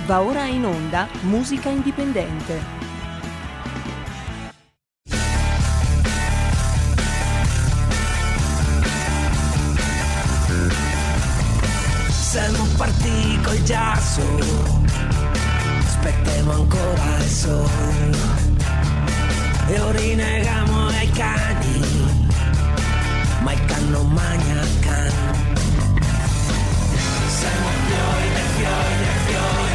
Va ora in onda Musica Indipendente. Siamo partiti col giasso, aspettiamo ancora il sole e orinegamo ai cani, ma il can non magna can. Siamo fiori dei fiori dei fiori,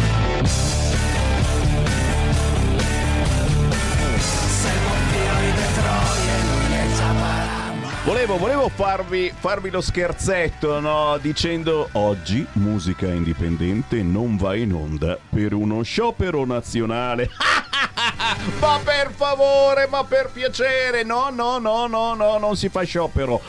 siamo fiori dei troie, non è zaparama. Volevo farvi lo scherzetto, no? Dicendo oggi Musica Indipendente non va in onda per uno sciopero nazionale. Ma per favore, ma per piacere, no, non si fa sciopero,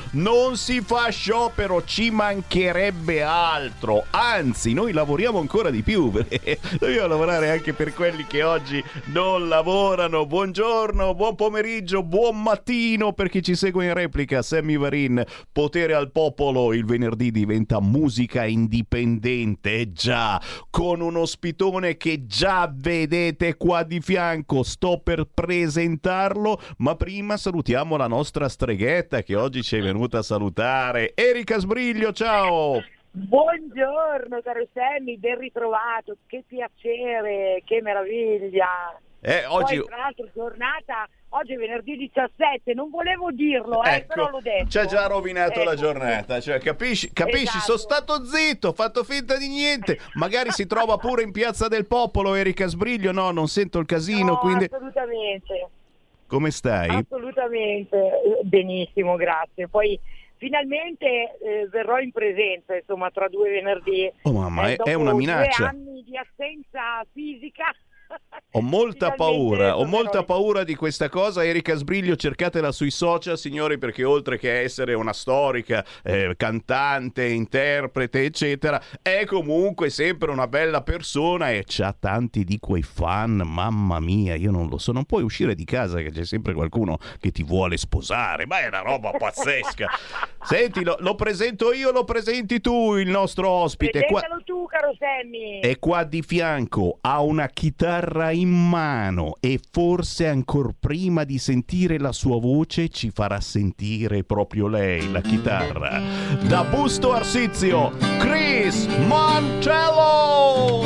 ci mancherebbe altro, anzi noi lavoriamo ancora di più, perché dobbiamo lavorare anche per quelli che oggi non lavorano. Buongiorno, buon pomeriggio, buon mattino per chi ci segue in replica. Sammy Varin, potere al popolo, il venerdì diventa Musica Indipendente, già, con un ospitone che già vedete qua di fianco. Sto per presentarlo, ma prima salutiamo la nostra streghetta che oggi ci è venuta a salutare. Erika Sbriglio, ciao! Buongiorno caro Sammy, ben ritrovato, che piacere, che meraviglia. Oggi... Poi, tra l'altro, giornata, oggi è venerdì 17, non volevo dirlo, ecco, però l'ho detto. ci ha già rovinato la giornata, cioè, capisci? Esatto. Sono stato zitto, ho fatto finta di niente. Magari si trova pure in Piazza del Popolo Erika Sbriglio, no, non sento il casino, No, quindi... assolutamente. Come stai? Assolutamente, benissimo, grazie. Poi finalmente verrò in presenza, insomma, tra 2 venerdì. Oh mamma, è dopo una minaccia. 2 anni di assenza fisica. Ho molta paura di questa cosa. Erika Sbriglio, cercatela sui social, signori, perché oltre che essere una storica, cantante, interprete, eccetera, è comunque sempre una bella persona e c'ha tanti di quei fan. Mamma mia, io non lo so, non puoi uscire di casa che c'è sempre qualcuno che ti vuole sposare, ma è una roba pazzesca. Senti, lo presento io, lo presenti tu, il nostro ospite. Presentalo tu, caro Sammy. È qua di fianco, ha una chitarra in mano e forse ancor prima di sentire la sua voce ci farà sentire proprio lei, la chitarra. Da Busto Arsizio, Chris Mancello!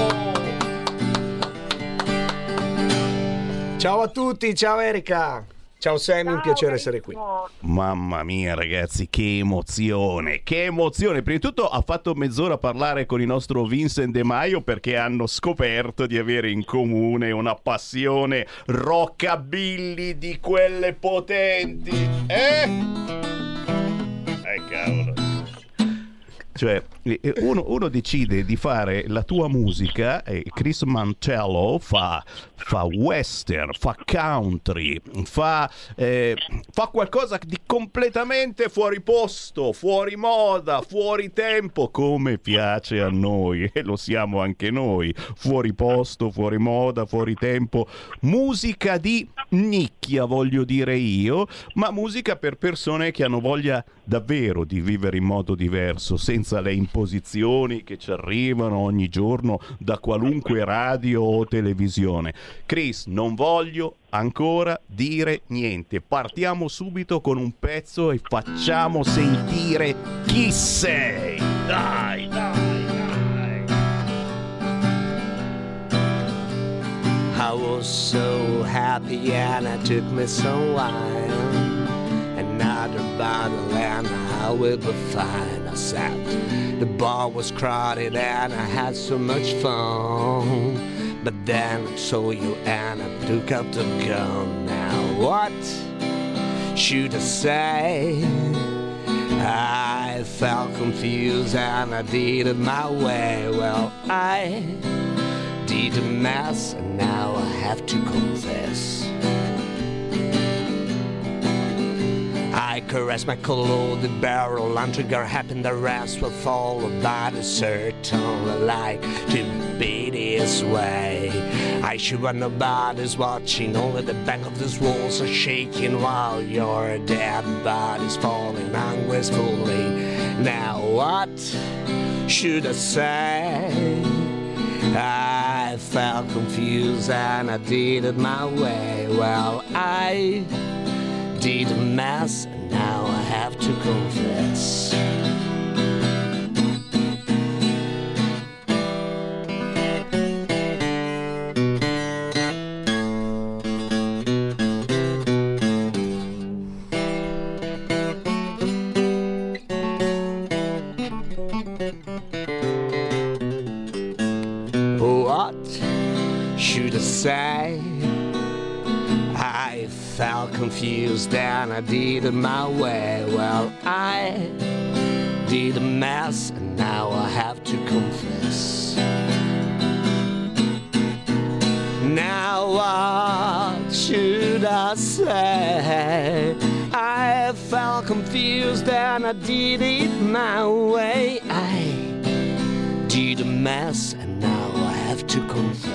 Ciao a tutti, ciao Erika. Ciao Sammy, un piacere essere qui. Mamma mia ragazzi, che emozione. Prima di tutto ha fatto mezz'ora a parlare con il nostro Vincent De Maio perché hanno scoperto di avere in comune una passione rockabilly di quelle potenti. Cavolo. Cioè, uno decide di fare la tua musica e Chris Mancello fa western, fa country, fa qualcosa di completamente fuori posto, fuori moda, fuori tempo, come piace a noi, e lo siamo anche noi, fuori posto, fuori moda, fuori tempo, musica di nicchia, voglio dire io, ma musica per persone che hanno voglia davvero di vivere in modo diverso, senza le imposizioni che ci arrivano ogni giorno da qualunque radio o televisione. Chris, non voglio ancora dire niente, partiamo subito con un pezzo e facciamo sentire chi sei. Dai. I was so happy and I took me some wine. Another bottle and I will be fine. I sat, the bar was crowded and I had so much fun. But then I saw you and I took out the gun. Now what should I say? I felt confused and I did it my way. Well, I did a mess and now I have to confess. I caress my loaded barrel and trigger happen, the rest will follow by the certain like to be this way. I should when nobody's watching, only the back of these walls are shaking while your dead body's falling ungracefully. Now what should I say? I felt confused and I did it my way. Well, I did a mess and now I have to confess. Say I felt confused and I did it my way. Well, I did a mess and now I have to confess. Now what should I say? I felt confused and I did it my way. I did a mess and now I have to confess.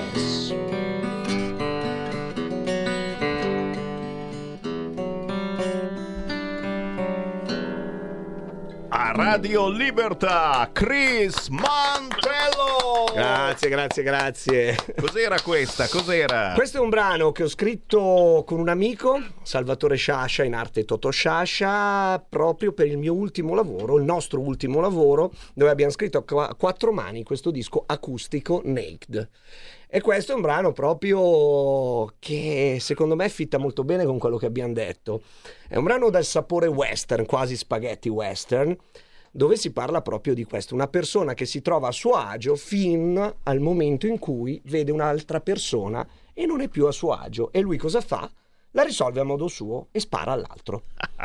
Radio Libertà, Chris Mantello. Grazie. Cos'era questa? Cos'era? Questo è un brano che ho scritto con un amico, Salvatore Sciascia, in arte Totò Sciascia, proprio per il mio ultimo lavoro, il nostro ultimo lavoro, dove abbiamo scritto a quattro mani questo disco acustico Naked. E questo è un brano proprio che secondo me fitta molto bene con quello che abbiamo detto. È un brano dal sapore western, quasi spaghetti western, dove si parla proprio di questo, una persona che si trova a suo agio fin al momento in cui vede un'altra persona e non è più a suo agio. E lui cosa fa? La risolve a modo suo e spara all'altro.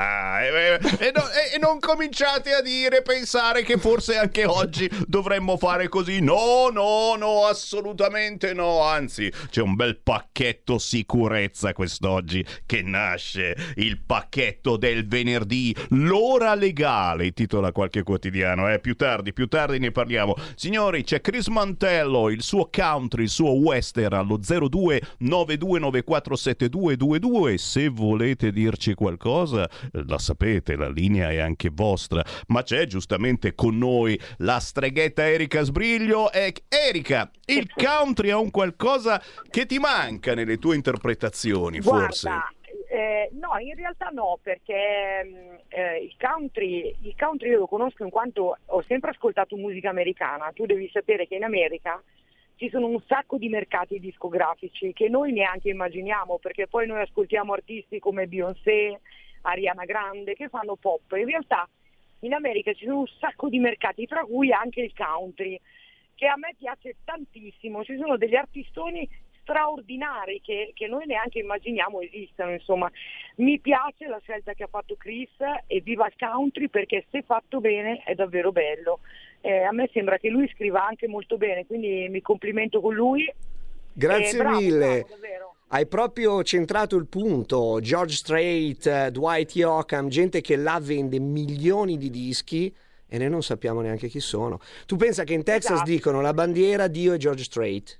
E non cominciate a pensare che forse anche oggi dovremmo fare così. No, assolutamente no. Anzi, c'è un bel pacchetto sicurezza quest'oggi che nasce. Il pacchetto del venerdì, l'ora legale, titola qualche quotidiano. Più tardi ne parliamo. Signori, c'è Chris Mantello, il suo country, il suo western allo 02 92947222. Se volete dirci qualcosa, la sapete, la linea è anche vostra, ma c'è giustamente con noi la streghetta Erika Sbriglio. Erika, il country è un qualcosa che ti manca nelle tue interpretazioni, forse? Guarda, no, in realtà no, perché il country io lo conosco in quanto ho sempre ascoltato musica americana. Tu devi sapere che in America ci sono un sacco di mercati discografici che noi neanche immaginiamo, perché poi noi ascoltiamo artisti come Beyoncé, Ariana Grande, che fanno pop. In realtà in America ci sono un sacco di mercati, tra cui anche il country, che a me piace tantissimo. Ci sono degli artistoni straordinari che noi neanche immaginiamo esistano. Insomma, mi piace la scelta che ha fatto Chris e viva il country, perché se fatto bene è davvero bello. A me sembra che lui scriva anche molto bene, quindi mi complimento con lui. Grazie mille. Bravo, hai proprio centrato il punto. George Strait, Dwight Yoakam, gente che là vende milioni di dischi e noi non sappiamo neanche chi sono. Tu pensa che in Texas dicono la bandiera Dio e George Strait.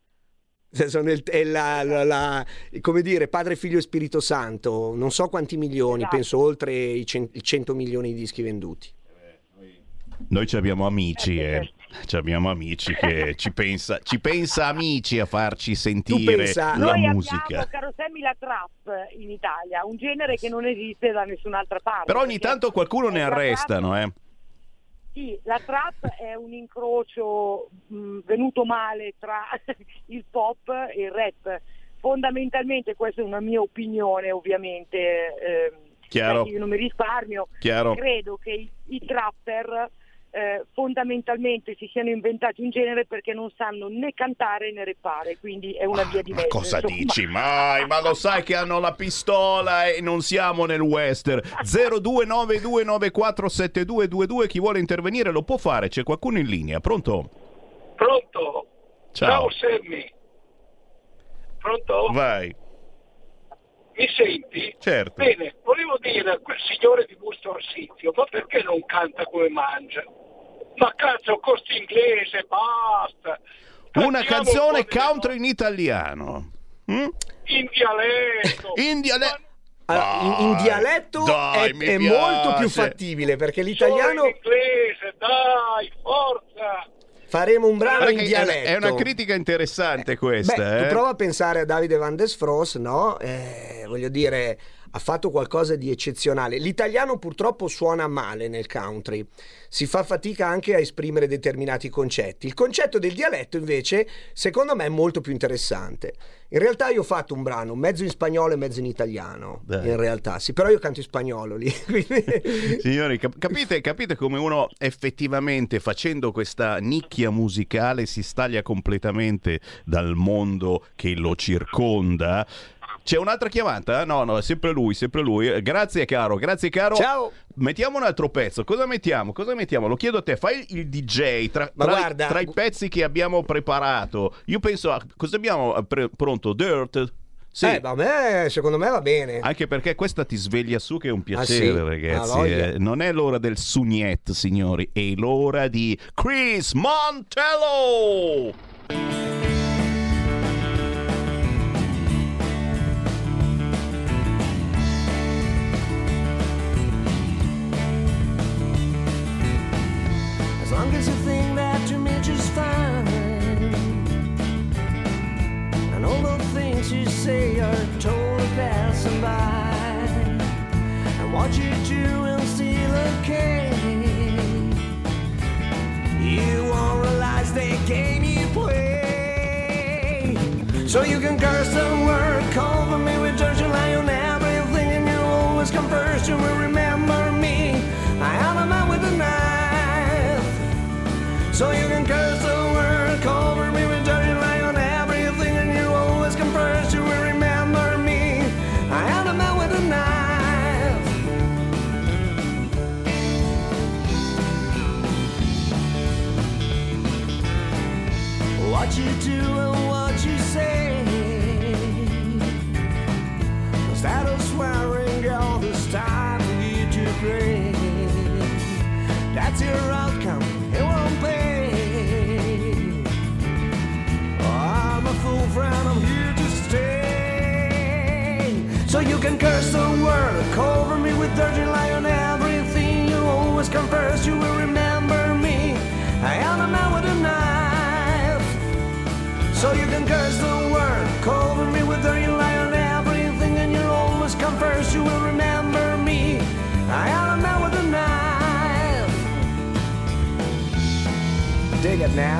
Come dire, Padre, Figlio e Spirito Santo, non so quanti milioni, penso oltre i 100 milioni di dischi venduti. Noi ci abbiamo amici, ci abbiamo amici che ci pensa amici a farci sentire la noi musica. Abbiamo, caro Sammy, la trap in Italia, un genere che non esiste da nessun'altra parte. Però ogni tanto qualcuno ne arrestano, Sì, la trap è un incrocio venuto male tra il pop e il rap. Fondamentalmente, questa è una mia opinione, ovviamente. Chiaro. Io non mi risparmio. Chiaro. Credo che i trapper fondamentalmente si siano inventati un genere perché non sanno né cantare né rappare, quindi è una via di mezzo. Ma cosa dici mai? Ma lo sai che hanno la pistola e non siamo nel western. 0292947222. Chi vuole intervenire lo può fare, c'è qualcuno in linea. Pronto? Ciao Sammy. Pronto? Vai. Mi senti? Certo. Bene, volevo dire a quel signore di Busto Arsizio, ma perché non canta come mangia? Ma cazzo, costo inglese, basta! Una canzone country in italiano. In dialetto! In dialetto! Allora, in dialetto è molto più fattibile, perché l'italiano... Solo in inglese, dai, forza! Faremo un brano in Perché dialetto. è una critica interessante questa. Tu prova a pensare a Davide Van der Sfros, no? Voglio dire, ha fatto qualcosa di eccezionale. L'italiano purtroppo suona male nel country, si fa fatica anche a esprimere determinati concetti. Il concetto del dialetto invece secondo me è molto più interessante. In realtà io ho fatto un brano mezzo in spagnolo e mezzo in italiano. Dai. In realtà sì, però io canto in spagnolo lì. Signori, capite come uno effettivamente facendo questa nicchia musicale si staglia completamente dal mondo che lo circonda. C'è un'altra chiamata? No, è sempre lui. Grazie caro. Ciao. Mettiamo un altro pezzo. Cosa mettiamo? Lo chiedo a te. Fai il DJ tra i pezzi che abbiamo preparato. Io penso a cosa abbiamo pronto? Dirt? Sì. Secondo me va bene. Anche perché questa ti sveglia su, che è un piacere, ragazzi. Non è l'ora del Sugnet, signori, è l'ora di Chris Montello. As long as you think that you may just fine, and all the things you say are totally passing by, and what you do is still okay. You won't realize the game you play. So you can curse the word, cover me with dirt, you lie on everything, and you always come first. You will remember me. I am a man with a knife. So you can curse the word, cover me with dirt, you lie on everything, and you always come first. You will remember me. I am a man with a knife. What you do and what you say, instead of swearing all this time for you to pray, that's your outcome, it won't pay. I'm a fool friend, I'm here to stay. So you can curse the world, cover me with dirt, you lie on everything, you always come first, you will remember me. I am a man with a knife. So you can curse the world, cover me with dirt, you lie on everything, and you always come first, you will remember me. I am a man with a knife. Dig it now.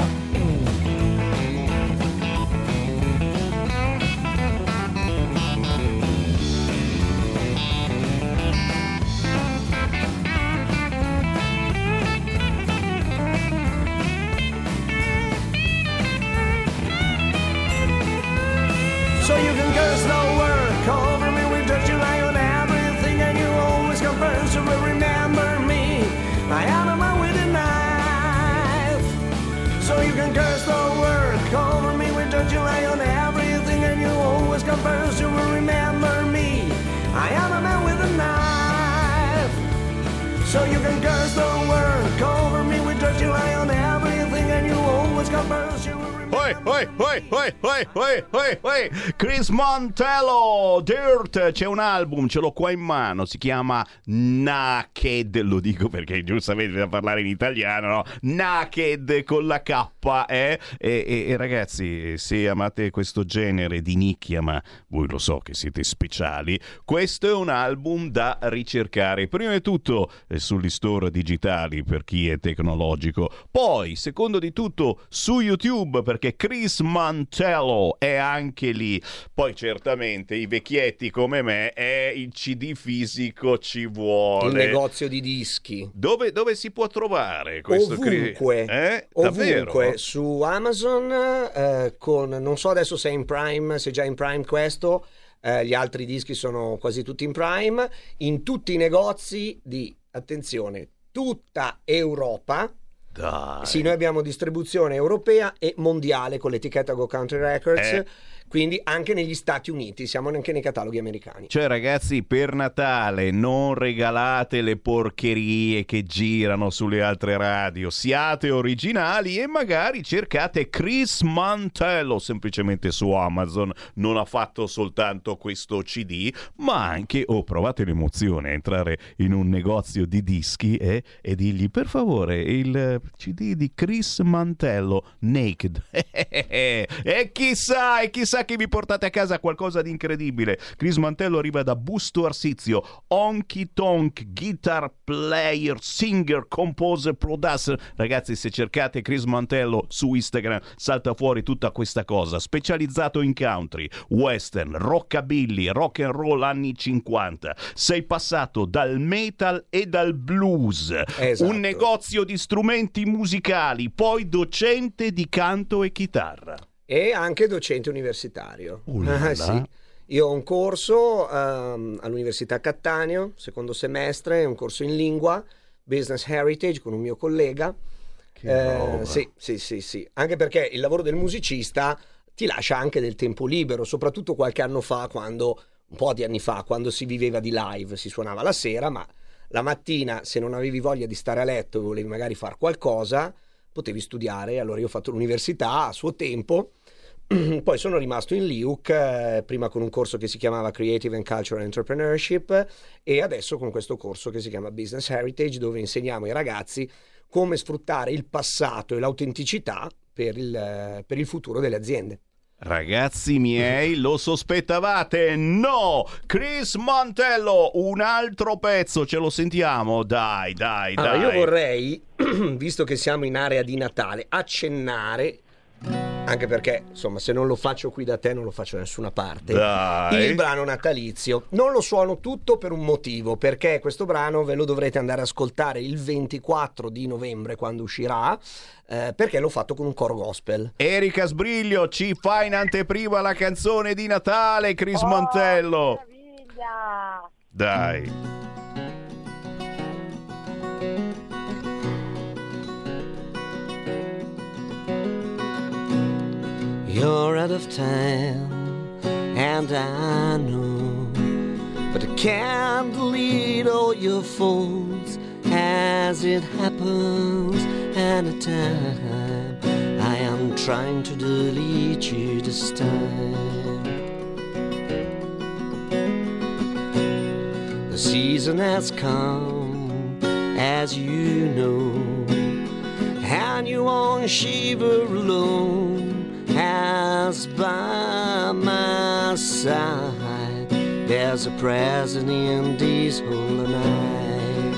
So you can curse the word, cover me with dirt, you lie on everything, and you always come first, you will remember me. I am a man with a knife. So you can curse the word, cover me with dirt, you lie on everything, and you always come first, you will remember me. I am a man with a knife. So you can curse the word, cover me with dirt, you lie on everything, and you always come first, you will remember me. Chris Montello, Dirt, c'è un album, ce l'ho qua in mano, si chiama Naked, lo dico perché giustamente bisogna parlare in italiano, no? Naked con la K, e ragazzi, se amate questo genere di nicchia, ma voi lo so che siete speciali, questo è un album da ricercare, prima di tutto sugli store digitali per chi è tecnologico, poi secondo di tutto su YouTube, perché Chris Montello è anche lì. Poi certamente i vecchietti come me, il CD fisico ci vuole. Il negozio di dischi. Dove si può trovare questo? Ovunque. Ovunque. Su Amazon, con, non so adesso se è in Prime, se è già in Prime questo, gli altri dischi sono quasi tutti in Prime, in tutti i negozi di, attenzione, tutta Europa. Dai. Sì, noi abbiamo distribuzione europea e mondiale con l'etichetta Go Country Records, quindi anche negli Stati Uniti, siamo anche nei cataloghi americani. Cioè ragazzi, per Natale non regalate le porcherie che girano sulle altre radio, siate originali e magari cercate Chris Mantello semplicemente su Amazon. Non ha fatto soltanto questo CD, ma anche, provate l'emozione, entrare in un negozio di dischi e dirgli per favore il CD di Chris Mantello, Naked. E chissà che vi portate a casa qualcosa di incredibile. Chris Mantello arriva da Busto Arsizio, honky tonk, guitar player, singer, composer, producer. Ragazzi, se cercate Chris Mantello su Instagram salta fuori tutta questa cosa. Specializzato in country, western, rockabilly, rock and roll anni 50. Sei passato dal metal e dal blues. Esatto. Un negozio di strumenti musicali, poi docente di canto e chitarra. E anche docente universitario. Sì. Io ho un corso all'Università Cattaneo, secondo semestre, un corso in lingua, Business Heritage, con un mio collega. Sì. Anche perché il lavoro del musicista ti lascia anche del tempo libero, soprattutto qualche anno fa, un po' di anni fa, quando si viveva di live, si suonava la sera, ma la mattina, se non avevi voglia di stare a letto e volevi magari fare qualcosa, potevi studiare. Allora io ho fatto l'università a suo tempo, poi sono rimasto in LIUC, prima con un corso che si chiamava Creative and Cultural Entrepreneurship e adesso con questo corso che si chiama Business Heritage, dove insegniamo ai ragazzi come sfruttare il passato e l'autenticità per il futuro delle aziende. Ragazzi miei, lo sospettavate? No! Chris Mantello, un altro pezzo, ce lo sentiamo? Dai. Allora, io vorrei, visto che siamo in area di Natale, accennare, anche perché insomma se non lo faccio qui da te non lo faccio da nessuna parte, il brano natalizio. Non lo suono tutto per un motivo, perché questo brano ve lo dovrete andare ad ascoltare il 24 di novembre quando uscirà, perché l'ho fatto con un coro gospel. Erika Sbriglio ci fa in anteprima la canzone di Natale, Chris Mantello. Meraviglia! Dai. You're out of time, and I know, but I can't delete all your faults as it happens at a time. I am trying to delete you this time. The season has come, as you know, and you won't shiver alone. As by my side, there's a present in this whole night.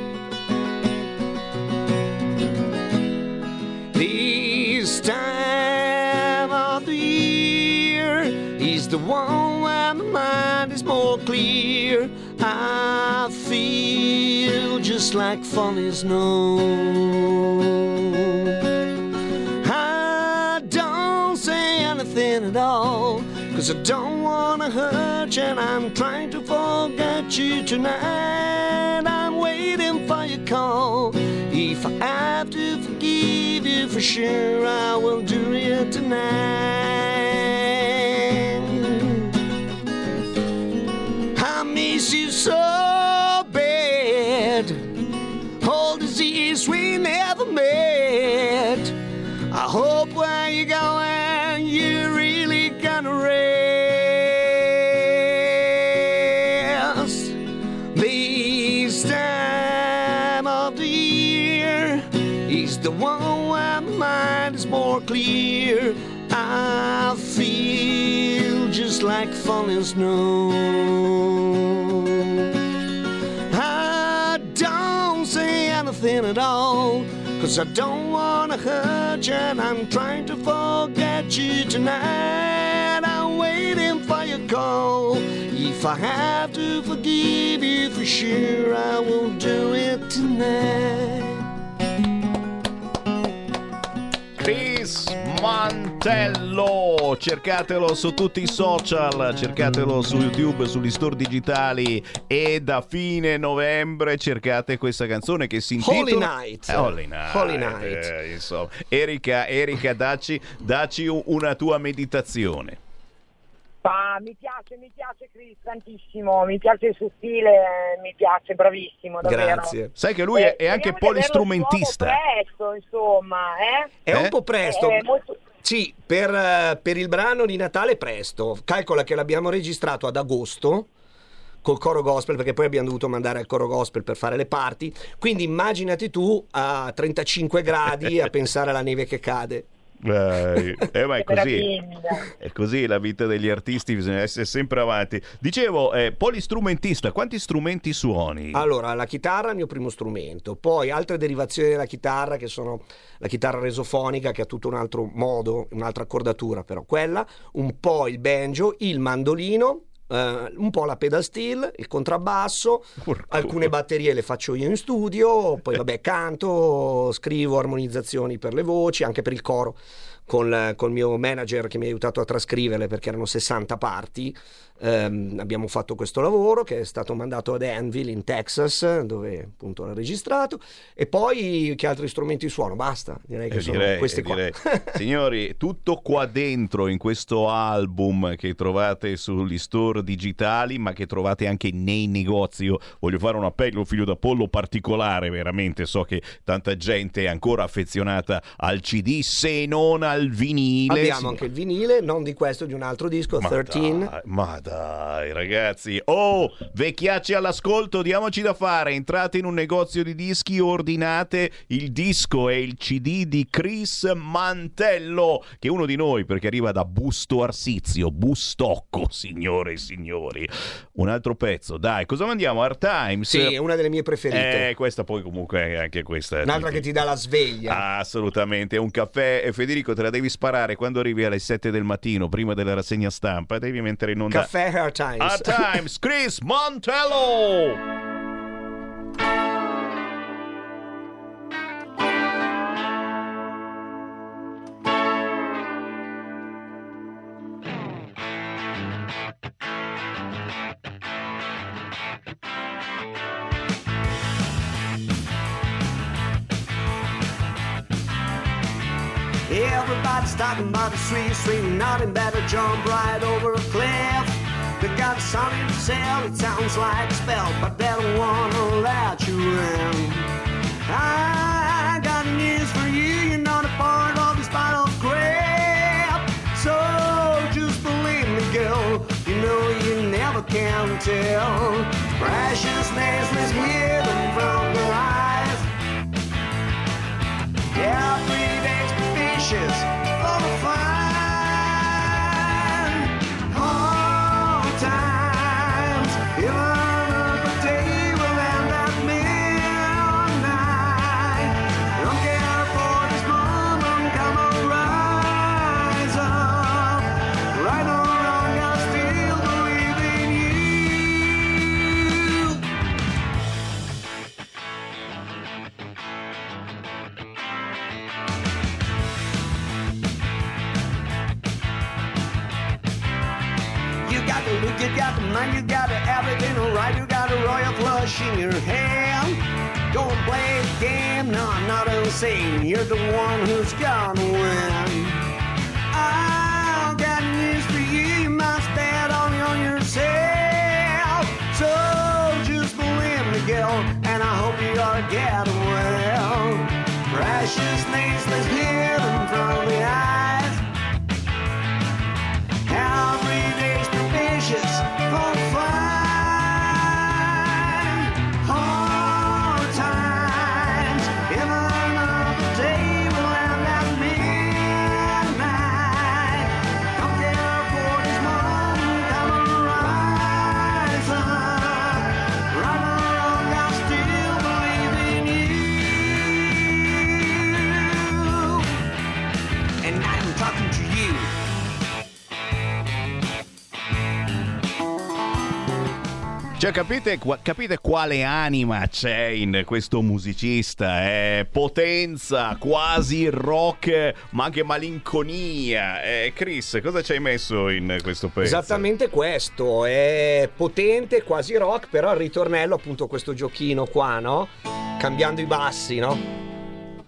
This time of the year is the one when my mind is more clear. I feel just like falling snow. At all, 'cause I don't wanna hurt you, and I'm trying to forget you tonight. I'm waiting for your call. If I have to forgive you, for sure I will do it tonight. I miss you so bad. All the years we never met. I hope where you're going, you really gonna rest. This time of the year is the one where my mind is more clear. I feel just like falling snow. I don't say anything at all, 'cause I don't wanna hurt you, and I'm trying to forget you tonight. I'm waiting for your call. If I have to forgive you, for sure I will do it tonight. Chris Mantello, cercatelo su tutti i social, cercatelo su YouTube, sugli store digitali, e da fine novembre cercate questa canzone che si intitola Holy Night. Holy Night. Insomma, Erika, dacci una tua meditazione. Mi piace Chris tantissimo, mi piace il suo stile, mi piace, bravissimo, davvero. Grazie. Sai che lui è anche polistrumentista. Presto, insomma, È un po' presto. È molto... Sì, per il brano di Natale presto. Calcola che l'abbiamo registrato ad agosto col coro gospel, perché poi abbiamo dovuto mandare al coro gospel per fare le parti. Quindi immaginati tu a 35 gradi a pensare alla neve che cade. Ma è così, è così la vita degli artisti, bisogna essere sempre avanti. Dicevo, polistrumentista, quanti strumenti suoni? Allora, la chitarra è il mio primo strumento, poi altre derivazioni della chitarra che sono la chitarra resofonica, che ha tutto un altro modo, un'altra accordatura, però quella, un po' il banjo, il mandolino, un po' la pedal steel, il contrabbasso, alcune batterie le faccio io in studio, poi vabbè canto, scrivo armonizzazioni per le voci, anche per il coro col mio manager che mi ha aiutato a trascriverle, perché erano 60 parti. Abbiamo fatto questo lavoro che è stato mandato ad Anvil in Texas, dove appunto l'ho registrato. E poi che altri strumenti suono? Basta, direi che sono questi qua. Signori, tutto qua dentro in questo album che trovate sugli store digitali, ma che trovate anche nei negozi. Io voglio fare un appello, figlio d'Apollo, particolare, veramente so che tanta gente è ancora affezionata al CD, se non al vinile. Abbiamo anche il vinile, non di questo, di un altro disco, 13. Ma dai ragazzi, vecchiacci all'ascolto, diamoci da fare, entrate in un negozio di dischi, ordinate il disco e il CD di Chris Mantello, che è uno di noi perché arriva da Busto Arsizio, Bustocco, signore e signori. Un altro pezzo, dai, cosa mandiamo? Hard Times? Sì, è una delle mie preferite. Questa poi comunque anche questa un'altra che ti dà la sveglia. Assolutamente, un caffè, Federico, te la devi sparare quando arrivi alle 7 del mattino prima della rassegna stampa, devi mettere in onda Caffè Hard Times. Hard Times, Chris Mantello. Everybody's talking about the street, nothing better, jump right over a cliff. They got something to sell, it sounds like a spell, but they don't wanna let you in. I got news for you, you're not a part of this pile of crap. So just believe me, girl, you know you never can tell. Preciousness is hidden from the eyes. Every day's vicious, full of fun. Hard times, even at the table and at midnight. Don't care for this moment, come on, rise up. Right or wrong, I still believe in you. You got the look, you got the mind, you got everything right. You got a royal flush in your hand. Don't play the game, no, I'm not insane. You're the one who's gonna win. I've got news for you, you must bet on yourself. So just believe me, girl, and I hope you are getting well. Precious nameless hidden from the eyes. Every day's propitious for fun. Hard times, even on the table and at midnight. Don't care for this moment, come on, rise up. Right or wrong, I still believe in you. And I'm talking to you. Cioè, capite quale anima c'è in questo musicista? Potenza, quasi rock, ma anche malinconia. Chris, cosa ci hai messo in questo pezzo? Esattamente questo, è potente, quasi rock, però il ritornello, appunto questo giochino qua, no? Cambiando i bassi, no?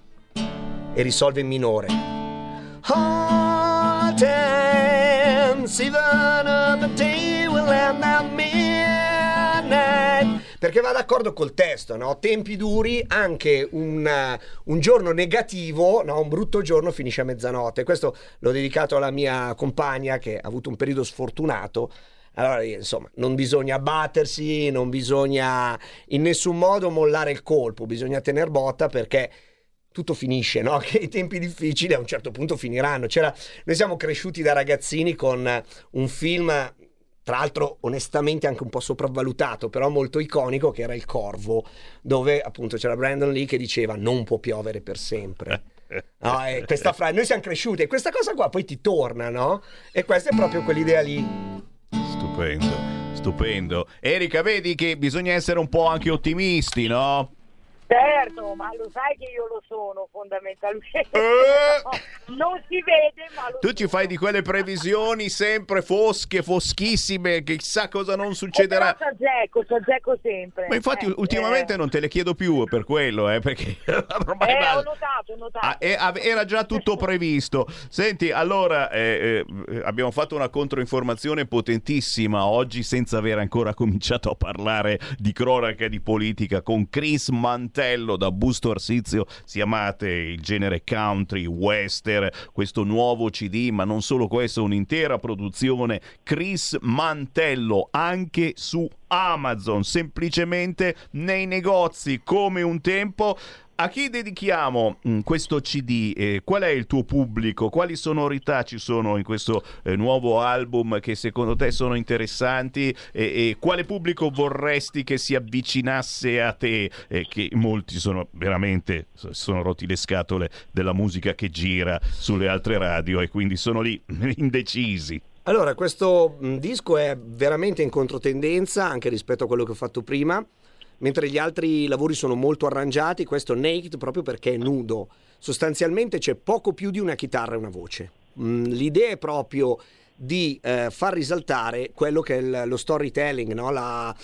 E risolve in minore. Hard times, even another day will end at midnight. Perché va d'accordo col testo, no? Tempi duri, anche un giorno negativo, no? Un brutto giorno finisce a mezzanotte. Questo l'ho dedicato alla mia compagna che ha avuto un periodo sfortunato. Allora, insomma, non bisogna abbattersi, non bisogna in nessun modo mollare il colpo, bisogna tener botta perché tutto finisce, no? Che i tempi difficili a un certo punto finiranno. Noi siamo cresciuti da ragazzini con un film, tra l'altro onestamente anche un po' sopravvalutato, però molto iconico, che era Il Corvo, dove appunto c'era Brandon Lee che diceva non può piovere per sempre. No, questa frase, noi siamo cresciuti e questa cosa qua poi ti torna, no? E questa è proprio quell'idea lì. Stupendo. Erika, vedi che bisogna essere un po' anche ottimisti, no? Certo, ma lo sai che io lo sono fondamentalmente. Non si vede, ma lo Tu ci fai di quelle previsioni sempre fosche, foschissime, che chissà cosa non succederà. S'aggecco sempre. Ma infatti ultimamente non te le chiedo più per quello, perché ormai ho notato. Era già tutto previsto. Senti, allora abbiamo fatto una controinformazione potentissima oggi senza aver ancora cominciato a parlare di cronaca di politica con Chris Mantello da Busto Arsizio. Si amate il genere country, western, questo nuovo CD, ma non solo questo, un'intera produzione. Chris Mantello anche su Amazon, semplicemente nei negozi come un tempo. A chi dedichiamo questo CD? Qual è il tuo pubblico? Quali sonorità ci sono in questo nuovo album che secondo te sono interessanti? E quale pubblico vorresti che si avvicinasse a te? Che molti sono veramente, sono rotti le scatole della musica che gira sulle altre radio e quindi sono lì indecisi. Allora, questo disco è veramente in controtendenza anche rispetto a quello che ho fatto prima. Mentre gli altri lavori sono molto arrangiati, questo naked proprio perché è nudo. Sostanzialmente c'è poco più di una chitarra e una voce. L'idea è proprio di far risaltare quello che è lo storytelling, no? La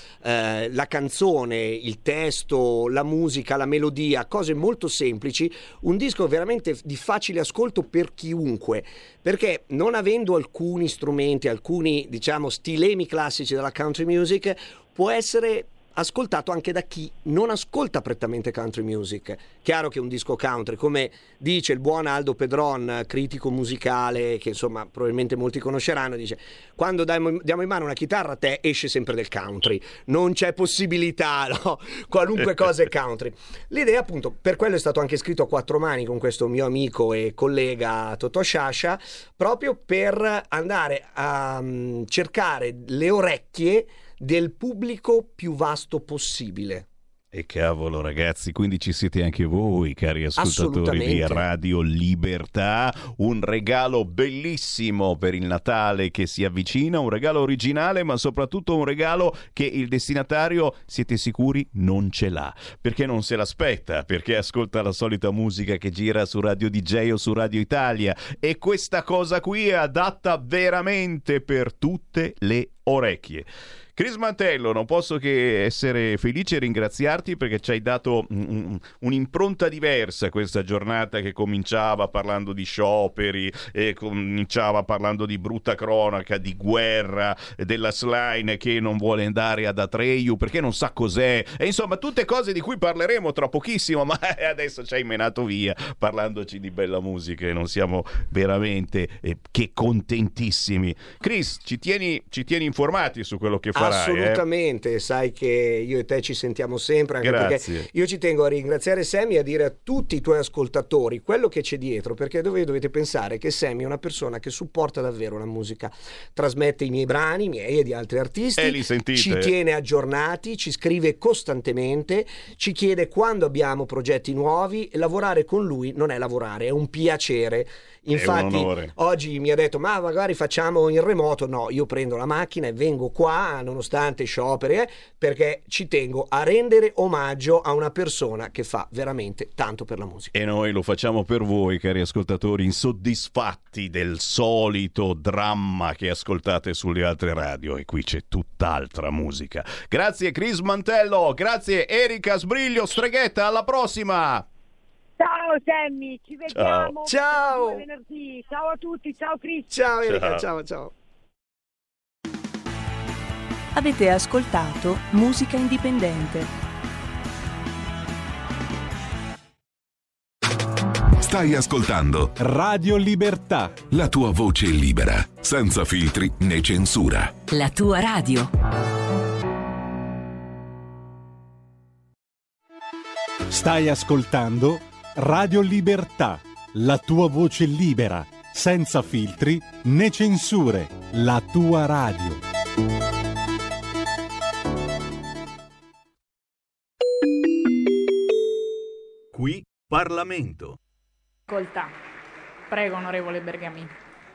canzone, il testo, la musica, la melodia, cose molto semplici. Un disco veramente di facile ascolto per chiunque, perché non avendo alcuni strumenti, alcuni diciamo stilemi classici della country music, può essere ascoltato anche da chi non ascolta prettamente country music. Chiaro che un disco country, come dice il buon Aldo Pedron, critico musicale che insomma probabilmente molti conosceranno, dice: quando diamo in mano una chitarra a te esce sempre del country, non c'è possibilità, no? Qualunque cosa è country. L'idea appunto, per quello è stato anche scritto a quattro mani con questo mio amico e collega Totò Sciascia, proprio per andare a cercare le orecchie del pubblico più vasto possibile. E cavolo ragazzi, quindi ci siete anche voi, cari ascoltatori di Radio Libertà. Un regalo bellissimo per il Natale che si avvicina, un regalo originale, ma soprattutto un regalo che il destinatario, siete sicuri, non ce l'ha, perché non se l'aspetta, perché ascolta la solita musica che gira su Radio DJ o su Radio Italia, e questa cosa qui è adatta veramente per tutte le orecchie. Chris Mantello, non posso che essere felice e ringraziarti perché ci hai dato un'impronta diversa questa giornata che cominciava parlando di scioperi e cominciava parlando di brutta cronaca, di guerra, della Slime che non vuole andare ad Atreyu perché non sa cos'è, e insomma tutte cose di cui parleremo tra pochissimo, ma adesso ci hai menato via parlandoci di bella musica e non siamo veramente che contentissimi. Chris, ci tieni informati su quello che farai? Assolutamente, sai che io e te ci sentiamo sempre, anche Grazie. perché io ci tengo a ringraziare Sammy e a dire a tutti i tuoi ascoltatori quello che c'è dietro, perché dovete pensare che Sammy è una persona che supporta davvero la musica, trasmette i miei brani, miei e di altri artisti, li sentite? Ci tiene aggiornati, ci scrive costantemente, ci chiede quando abbiamo progetti nuovi, e lavorare con lui non è lavorare, è un piacere. Infatti oggi mi ha detto: ma magari facciamo in remoto. No, io prendo la macchina e vengo qua nonostante scioperi, perché ci tengo a rendere omaggio a una persona che fa veramente tanto per la musica. E noi lo facciamo per voi, cari ascoltatori, insoddisfatti del solito dramma che ascoltate sulle altre radio, e qui c'è tutt'altra musica. Grazie Chris Mantello, grazie Erika Sbriglio Streghetta, alla prossima. Ciao Sammy, ci vediamo Ciao. venerdì. Ciao a tutti, ciao Chris. Ciao Erika, ciao. Avete ascoltato Musica Indipendente. Stai ascoltando Radio Libertà. la tua voce libera, senza filtri né censura. La tua radio. Stai ascoltando Radio Libertà, la tua voce libera, senza filtri né censure. La tua radio. Qui Parlamento. Ascolta. Prego, onorevole Bergamini.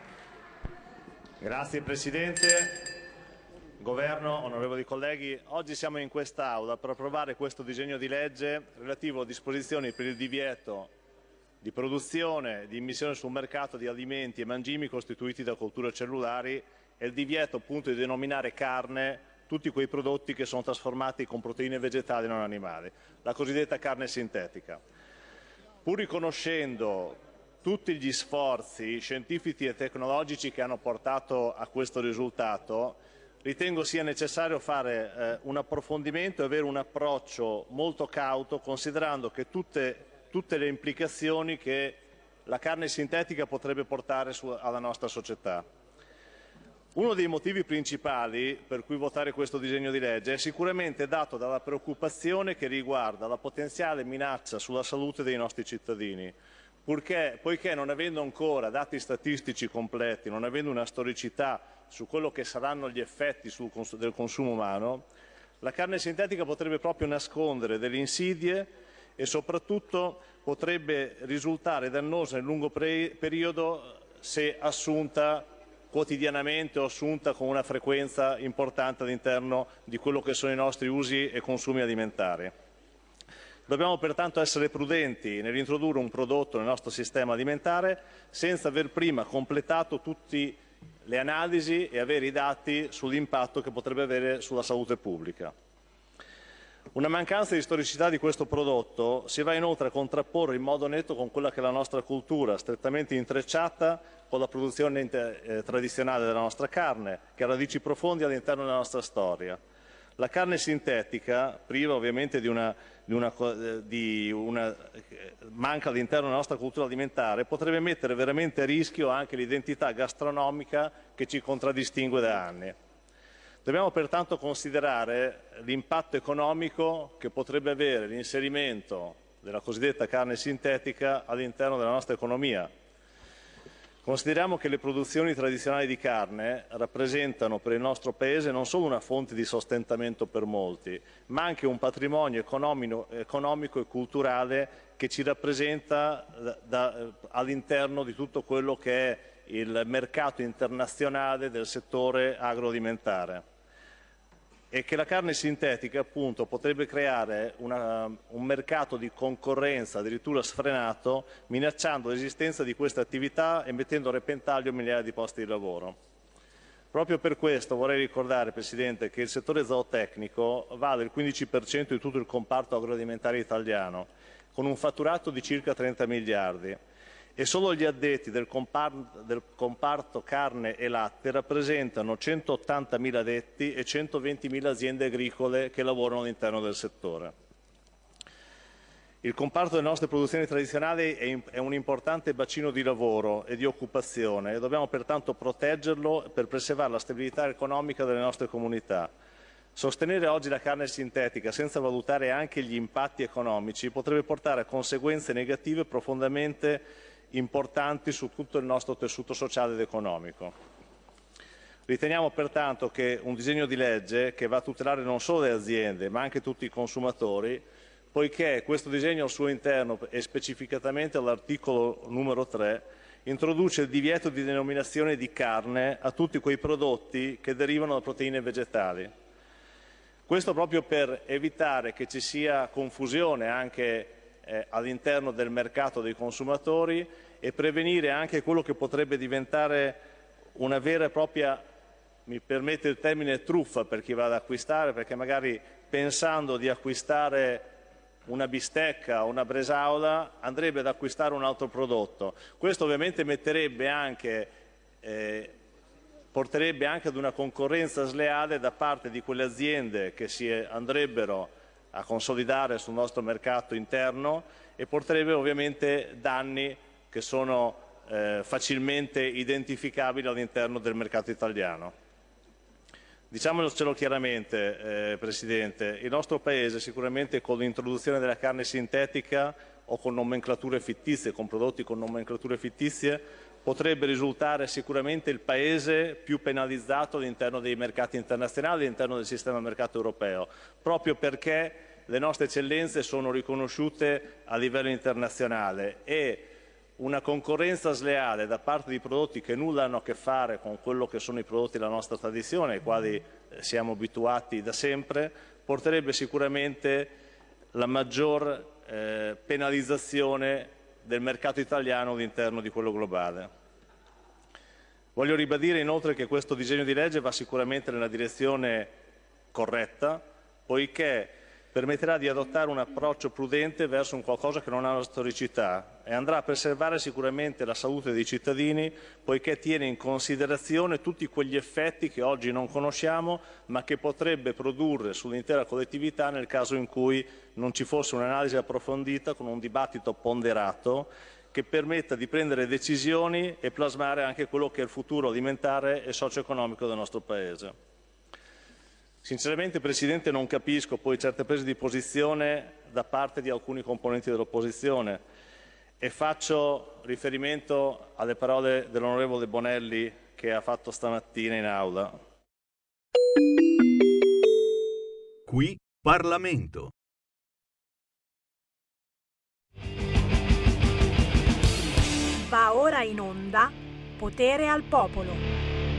Grazie Presidente, Governo, onorevoli colleghi. Oggi siamo in quest'Aula per approvare questo disegno di legge relativo a disposizioni per il divieto di produzione, di immissione sul mercato di alimenti e mangimi costituiti da colture cellulari e il divieto appunto di denominare carne tutti quei prodotti che sono trasformati con proteine vegetali non animali, la cosiddetta carne sintetica. Pur riconoscendo tutti gli sforzi scientifici e tecnologici che hanno portato a questo risultato, ritengo sia necessario fare un approfondimento e avere un approccio molto cauto, considerando che tutte le implicazioni che la carne sintetica potrebbe portare alla nostra società. Uno dei motivi principali per cui votare questo disegno di legge è sicuramente dato dalla preoccupazione che riguarda la potenziale minaccia sulla salute dei nostri cittadini, poiché non avendo ancora dati statistici completi, non avendo una storicità su quello che saranno gli effetti del consumo umano, la carne sintetica potrebbe proprio nascondere delle insidie e soprattutto potrebbe risultare dannosa nel lungo periodo se assunta quotidianamente o assunta con una frequenza importante all'interno di quello che sono i nostri usi e consumi alimentari. Dobbiamo pertanto essere prudenti nell'introdurre un prodotto nel nostro sistema alimentare senza aver prima completato tutte le analisi e avere i dati sull'impatto che potrebbe avere sulla salute pubblica. Una mancanza di storicità di questo prodotto si va inoltre a contrapporre in modo netto con quella che è la nostra cultura, strettamente intrecciata con la produzione tradizionale della nostra carne, che ha radici profonde all'interno della nostra storia. La carne sintetica, priva ovviamente manca all'interno della nostra cultura alimentare, potrebbe mettere veramente a rischio anche l'identità gastronomica che ci contraddistingue da anni. Dobbiamo pertanto considerare l'impatto economico che potrebbe avere l'inserimento della cosiddetta carne sintetica all'interno della nostra economia. Consideriamo che le produzioni tradizionali di carne rappresentano per il nostro Paese non solo una fonte di sostentamento per molti, ma anche un patrimonio economico e culturale che ci rappresenta all'interno di tutto quello che è il mercato internazionale del settore agroalimentare. E che la carne sintetica appunto potrebbe creare un mercato di concorrenza addirittura sfrenato, minacciando l'esistenza di queste attività e mettendo a repentaglio migliaia di posti di lavoro. Proprio per questo vorrei ricordare, Presidente, che il settore zootecnico vale il 15% di tutto il comparto agroalimentare italiano, con un fatturato di circa 30 miliardi. E solo gli addetti del comparto carne e latte rappresentano 180.000 addetti e 120.000 aziende agricole che lavorano all'interno del settore. Il comparto delle nostre produzioni tradizionali è un importante bacino di lavoro e di occupazione e dobbiamo pertanto proteggerlo per preservare la stabilità economica delle nostre comunità. Sostenere oggi la carne sintetica senza valutare anche gli impatti economici potrebbe portare a conseguenze negative profondamente importanti su tutto il nostro tessuto sociale ed economico. Riteniamo pertanto che un disegno di legge che va a tutelare non solo le aziende ma anche tutti i consumatori, poiché questo disegno al suo interno e specificatamente all'articolo numero 3 introduce il divieto di denominazione di carne a tutti quei prodotti che derivano da proteine vegetali. Questo proprio per evitare che ci sia confusione anche all'interno del mercato dei consumatori e prevenire anche quello che potrebbe diventare una vera e propria, mi permette il termine, truffa per chi va ad acquistare, perché magari pensando di acquistare una bistecca o una bresaola andrebbe ad acquistare un altro prodotto. Questo ovviamente metterebbe anche porterebbe anche ad una concorrenza sleale da parte di quelle aziende che si andrebbero a consolidare sul nostro mercato interno e porterebbe ovviamente danni che sono facilmente identificabili all'interno del mercato italiano. Diciamocelo chiaramente, Presidente, il nostro Paese sicuramente con l'introduzione della carne sintetica o con nomenclature fittizie, con prodotti con nomenclature fittizie, potrebbe risultare sicuramente il Paese più penalizzato all'interno dei mercati internazionali, all'interno del sistema mercato europeo, proprio perché le nostre eccellenze sono riconosciute a livello internazionale e una concorrenza sleale da parte di prodotti che nulla hanno a che fare con quello che sono i prodotti della nostra tradizione, ai quali siamo abituati da sempre, porterebbe sicuramente la maggior penalizzazione del mercato italiano all'interno di quello globale. Voglio ribadire inoltre che questo disegno di legge va sicuramente nella direzione corretta, poiché permetterà di adottare un approccio prudente verso un qualcosa che non ha una storicità e andrà a preservare sicuramente la salute dei cittadini, poiché tiene in considerazione tutti quegli effetti che oggi non conosciamo, ma che potrebbe produrre sull'intera collettività nel caso in cui non ci fosse un'analisi approfondita con un dibattito ponderato che permetta di prendere decisioni e plasmare anche quello che è il futuro alimentare e socio-economico del nostro Paese. Sinceramente, Presidente, non capisco poi certe prese di posizione da parte di alcuni componenti dell'opposizione e faccio riferimento alle parole dell'onorevole Bonelli che ha fatto stamattina in aula. Qui Parlamento. Va ora in onda Potere al Popolo.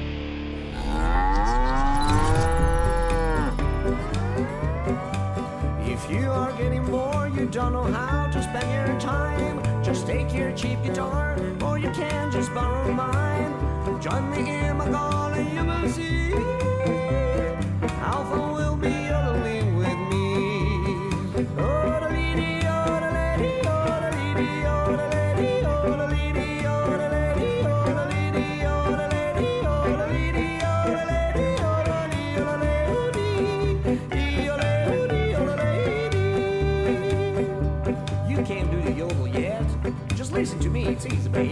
If you are getting bored, you don't know how to spend your time, just take your cheap guitar, or you can just borrow mine. Join me in my call and you will see how fun will be yodeling with me. Yodelity, yodelity, yodelity, yodelity, yodelity, yodelity, yodelity, yodelity, yodelity, you can't do the yodel yet, just listen to me, it's easy, baby.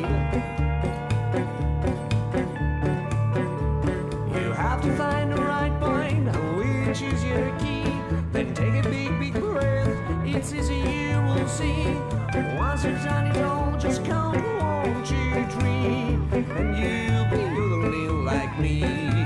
You have to find the right point, which is your key. Then take a big, big breath, it's easy, you will see. Once you're done it all, just count 1, 2, 3, and you'll be yodeling like me.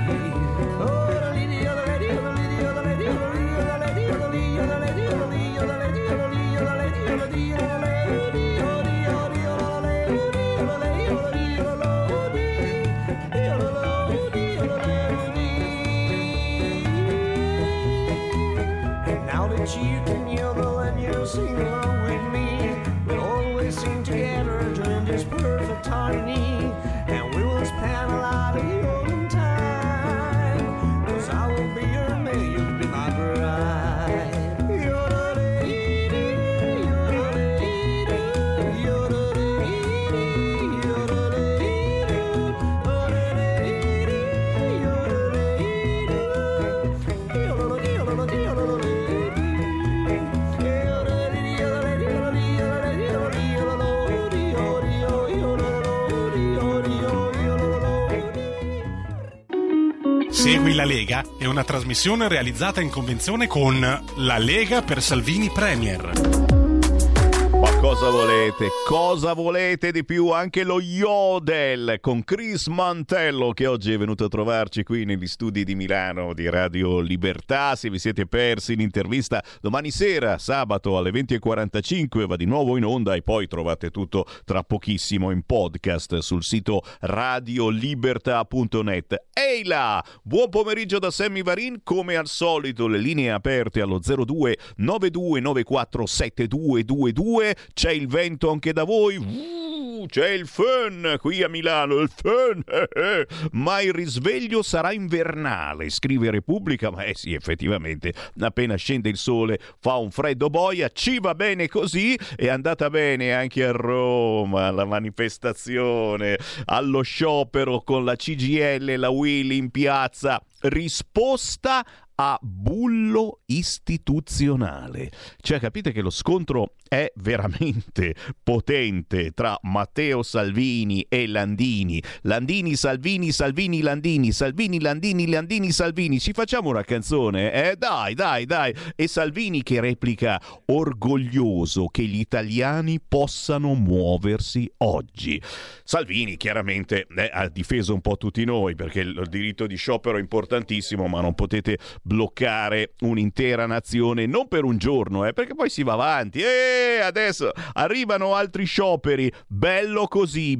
You can yodel and you'll sing along with me. We'll always sing together during this perfect harmony, and we will spend a lot of yodeling time, 'cause I will be your man, you'll be my bride. Segui la Lega è una trasmissione realizzata in convenzione con La Lega per Salvini Premier. Ma cosa volete? Cosa volete di più? Anche lo Yodel con Chris Mantello, che oggi è venuto a trovarci qui negli studi di Milano di Radio Libertà. Se vi siete persi l'intervista, domani sera, sabato alle 20:45, va di nuovo in onda e poi trovate tutto tra pochissimo in podcast sul sito radiolibertà.net. Ehi là! Buon pomeriggio da Sammy Varin, come al solito le linee aperte allo 02 9294 7222. C'è il vento anche da voi? c'è il fun qui a Milano, il fun, ma il risveglio sarà invernale, scrive Repubblica. Ma sì, effettivamente, appena scende il sole fa un freddo boia, ci va bene così. È andata bene anche a Roma la manifestazione, allo sciopero con la CGIL e la UIL in piazza. Risposta a bullo istituzionale. Cioè, capite che lo scontro è veramente potente tra Matteo Salvini e Landini. Landini, Salvini, Salvini, Landini, Salvini, Landini, Landini, Salvini. Ci facciamo una canzone? Dai. E Salvini che replica: orgoglioso che gli italiani possano muoversi oggi. Salvini chiaramente ha difeso un po' tutti noi, perché il diritto di sciopero è importantissimo, ma non potete bloccare un'intera nazione, non per un giorno, perché poi si va avanti. Adesso arrivano altri scioperi, bello così.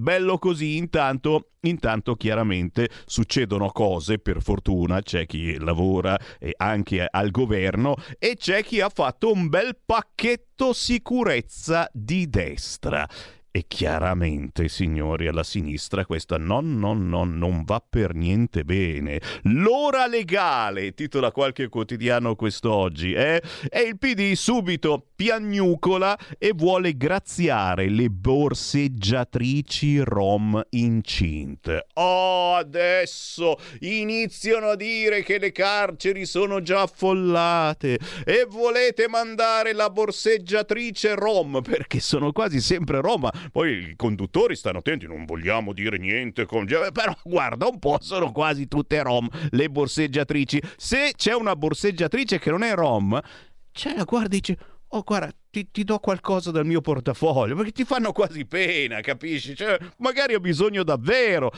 Intanto chiaramente succedono cose, per fortuna c'è chi lavora anche al governo e c'è chi ha fatto un bel pacchetto sicurezza di destra. E chiaramente, signori, alla sinistra questa non va per niente bene. L'ora legale, titola qualche quotidiano quest'oggi, e il PD subito piagnucola e vuole graziare le borseggiatrici rom incinte. Adesso iniziano a dire che le carceri sono già affollate e volete mandare la borseggiatrice rom, perché sono quasi sempre rom. Poi i conduttori stanno attenti, non vogliamo dire niente, però guarda un po', sono quasi tutte rom le borseggiatrici. Se c'è una borseggiatrice che non è rom, guarda, dice: oh, guarda, ti do qualcosa dal mio portafoglio, perché ti fanno quasi pena, capisci? Cioè, magari ho bisogno davvero.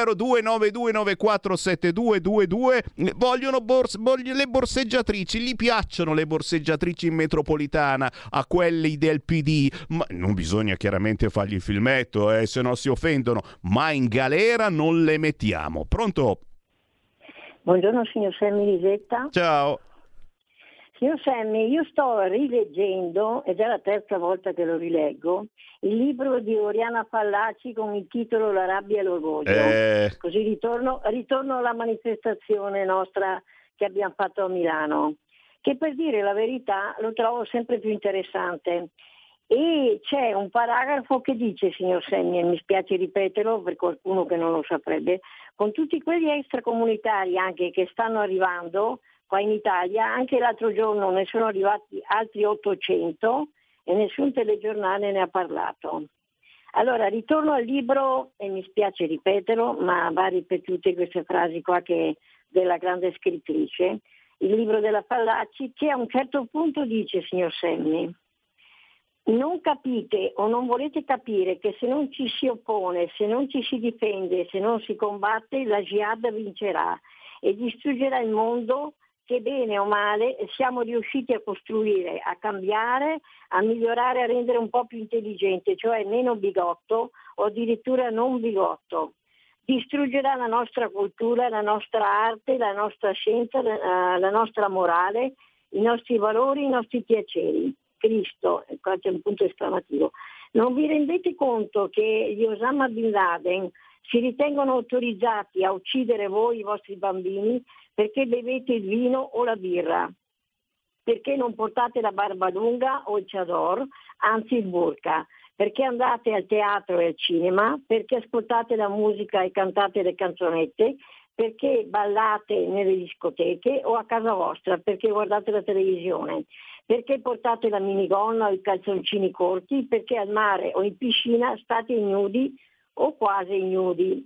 0292947222 vogliono le borseggiatrici, gli piacciono le borseggiatrici in metropolitana a quelli del PD, ma non bisogna chiaramente fargli il filmetto, se no si offendono, ma in galera non le mettiamo. Pronto? Buongiorno signor Sammy Lisetta. Ciao. Signor Sammy, io sto rileggendo, è già la terza volta che lo rileggo, il libro di Oriana Fallaci con il titolo La rabbia e l'orgoglio. Così ritorno alla manifestazione nostra che abbiamo fatto a Milano, che per dire la verità lo trovo sempre più interessante. E c'è un paragrafo che dice, signor Sammy, e mi spiace ripeterlo per qualcuno che non lo saprebbe, con tutti quelli extracomunitari anche che stanno arrivando qua in Italia, anche l'altro giorno ne sono arrivati altri 800 e nessun telegiornale ne ha parlato. Allora ritorno al libro, e mi spiace ripeterlo, ma va ripetute queste frasi qua che della grande scrittrice, il libro della Fallaci, che a un certo punto dice, signor Sammy, non capite o non volete capire che se non ci si oppone, se non ci si difende, se non si combatte, la jihad vincerà e distruggerà il mondo che bene o male siamo riusciti a costruire, a cambiare, a migliorare, a rendere un po' più intelligente, cioè meno bigotto o addirittura non bigotto. Distruggerà la nostra cultura, la nostra arte, la nostra scienza, la nostra morale, i nostri valori, i nostri piaceri. Cristo, e qua c'è un punto esclamativo. Non vi rendete conto che gli Osama Bin Laden si ritengono autorizzati a uccidere voi, i vostri bambini, perché bevete il vino o la birra, perché non portate la barba lunga o il chador, anzi il burqa, perché andate al teatro e al cinema, perché ascoltate la musica e cantate le canzonette, perché ballate nelle discoteche o a casa vostra, perché guardate la televisione, perché portate la minigonna o i calzoncini corti, perché al mare o in piscina state ignudi o quasi ignudi.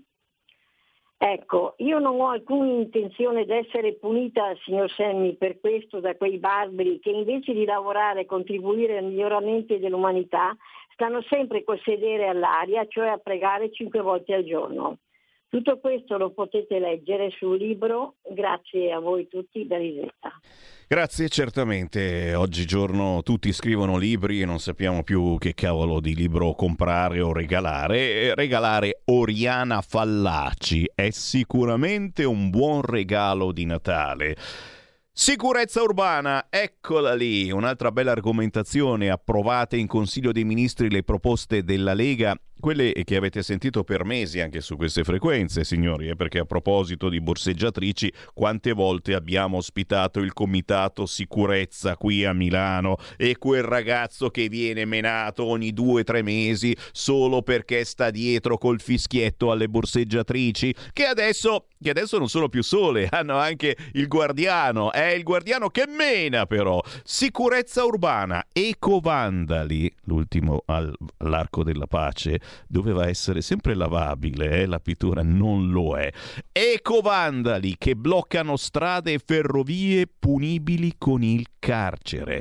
Ecco, io non ho alcuna intenzione di essere punita, signor Sammy, per questo da quei barbari che invece di lavorare e contribuire al miglioramento dell'umanità stanno sempre col sedere all'aria, cioè a pregare 5 volte al giorno. Tutto questo lo potete leggere sul libro, grazie a voi tutti da Lisetta. Grazie, certamente oggigiorno tutti scrivono libri e non sappiamo più che cavolo di libro comprare o regalare. Regalare Oriana Fallaci è sicuramente un buon regalo di Natale. Sicurezza urbana, eccola lì, un'altra bella argomentazione. Approvate in Consiglio dei Ministri le proposte della Lega quelle che avete sentito per mesi anche su queste frequenze, signori, perché a proposito di borseggiatrici, quante volte abbiamo ospitato il comitato sicurezza qui a Milano e quel ragazzo che viene menato ogni 2 o 3 mesi solo perché sta dietro col fischietto alle borseggiatrici, che adesso non sono più sole, hanno anche il guardiano, è il guardiano che mena. Però sicurezza urbana, ecovandali, l'ultimo all'Arco della Pace doveva essere sempre lavabile, la pittura non lo è. Ecovandali che bloccano strade e ferrovie, punibili con il carcere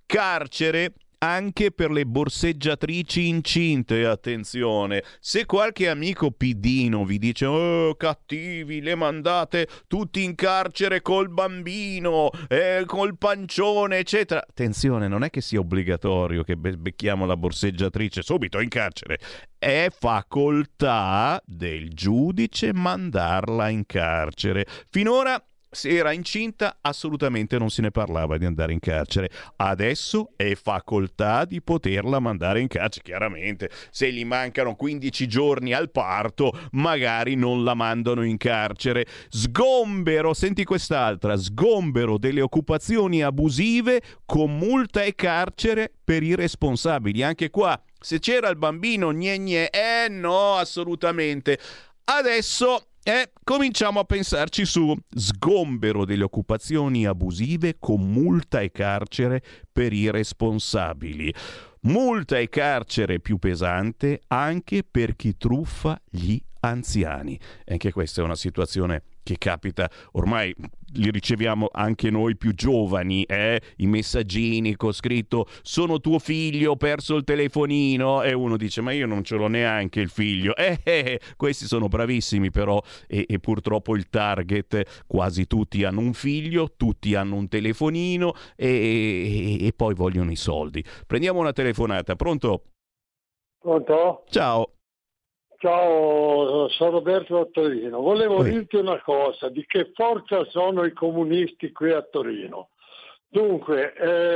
anche per le borseggiatrici incinte. Attenzione, se qualche amico pidino vi dice "Oh, cattivi, le mandate tutti in carcere col bambino, col pancione, eccetera", attenzione, non è che sia obbligatorio che becchiamo la borseggiatrice subito in carcere. È facoltà del giudice mandarla in carcere. Finora, se era incinta, assolutamente non se ne parlava di andare in carcere. Adesso è facoltà di poterla mandare in carcere. Chiaramente, se gli mancano 15 giorni al parto, magari non la mandano in carcere. Sgombero, senti quest'altra, sgombero delle occupazioni abusive con multa e carcere per i responsabili. Anche qua, se c'era il bambino, no, assolutamente. Adesso cominciamo a pensarci su. Sgombero delle occupazioni abusive con multa e carcere per i responsabili. Multa e carcere più pesante anche per chi truffa gli anziani. Anche questa è una situazione che capita, ormai li riceviamo anche noi più giovani, i messaggini con scritto "sono tuo figlio, ho perso il telefonino", e uno dice "ma io non ce l'ho neanche il figlio". Questi sono bravissimi però, e purtroppo il target, quasi tutti hanno un figlio, tutti hanno un telefonino e poi vogliono i soldi. Prendiamo una telefonata. Pronto? Pronto? Ciao. Ciao, sono Roberto da Torino. Volevo dirti una cosa, di che forza sono i comunisti qui a Torino. Dunque,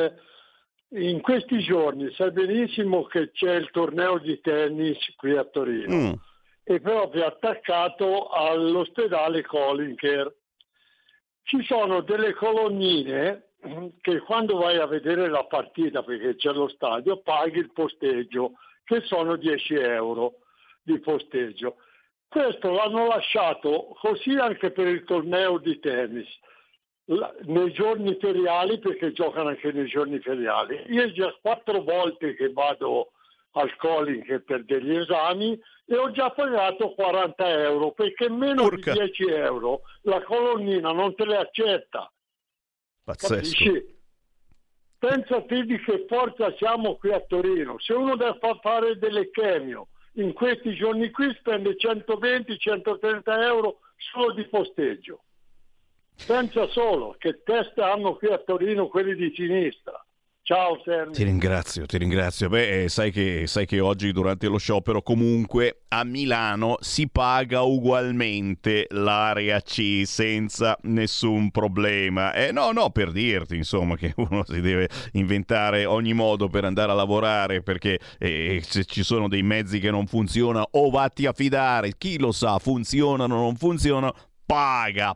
in questi giorni sai benissimo che c'è il torneo di tennis qui a Torino, è proprio attaccato all'ospedale Kolinker. Ci sono delle colonnine che quando vai a vedere la partita, perché c'è lo stadio, paghi il posteggio, che sono 10 euro di posteggio. Questo l'hanno lasciato così anche per il torneo di tennis nei giorni feriali, perché giocano anche nei giorni feriali. Io già 4 volte che vado al Kolinker per degli esami e ho già pagato 40 euro, perché meno di 10 euro la colonnina non te le accetta. Pazzesco. Capisci? Pensate di che forza siamo qui a Torino. Se uno deve fare delle chemio in questi giorni qui spende 120-130 euro solo di posteggio. Pensa solo che testa hanno qui a Torino quelli di sinistra. Ciao Sergio. Ti ringrazio. Sai che oggi durante lo sciopero comunque a Milano si paga ugualmente l'area C senza nessun problema. No, per dirti insomma che uno si deve inventare ogni modo per andare a lavorare, perché se ci sono dei mezzi che non funzionano, o vatti a fidare, chi lo sa, funzionano o non funzionano, paga.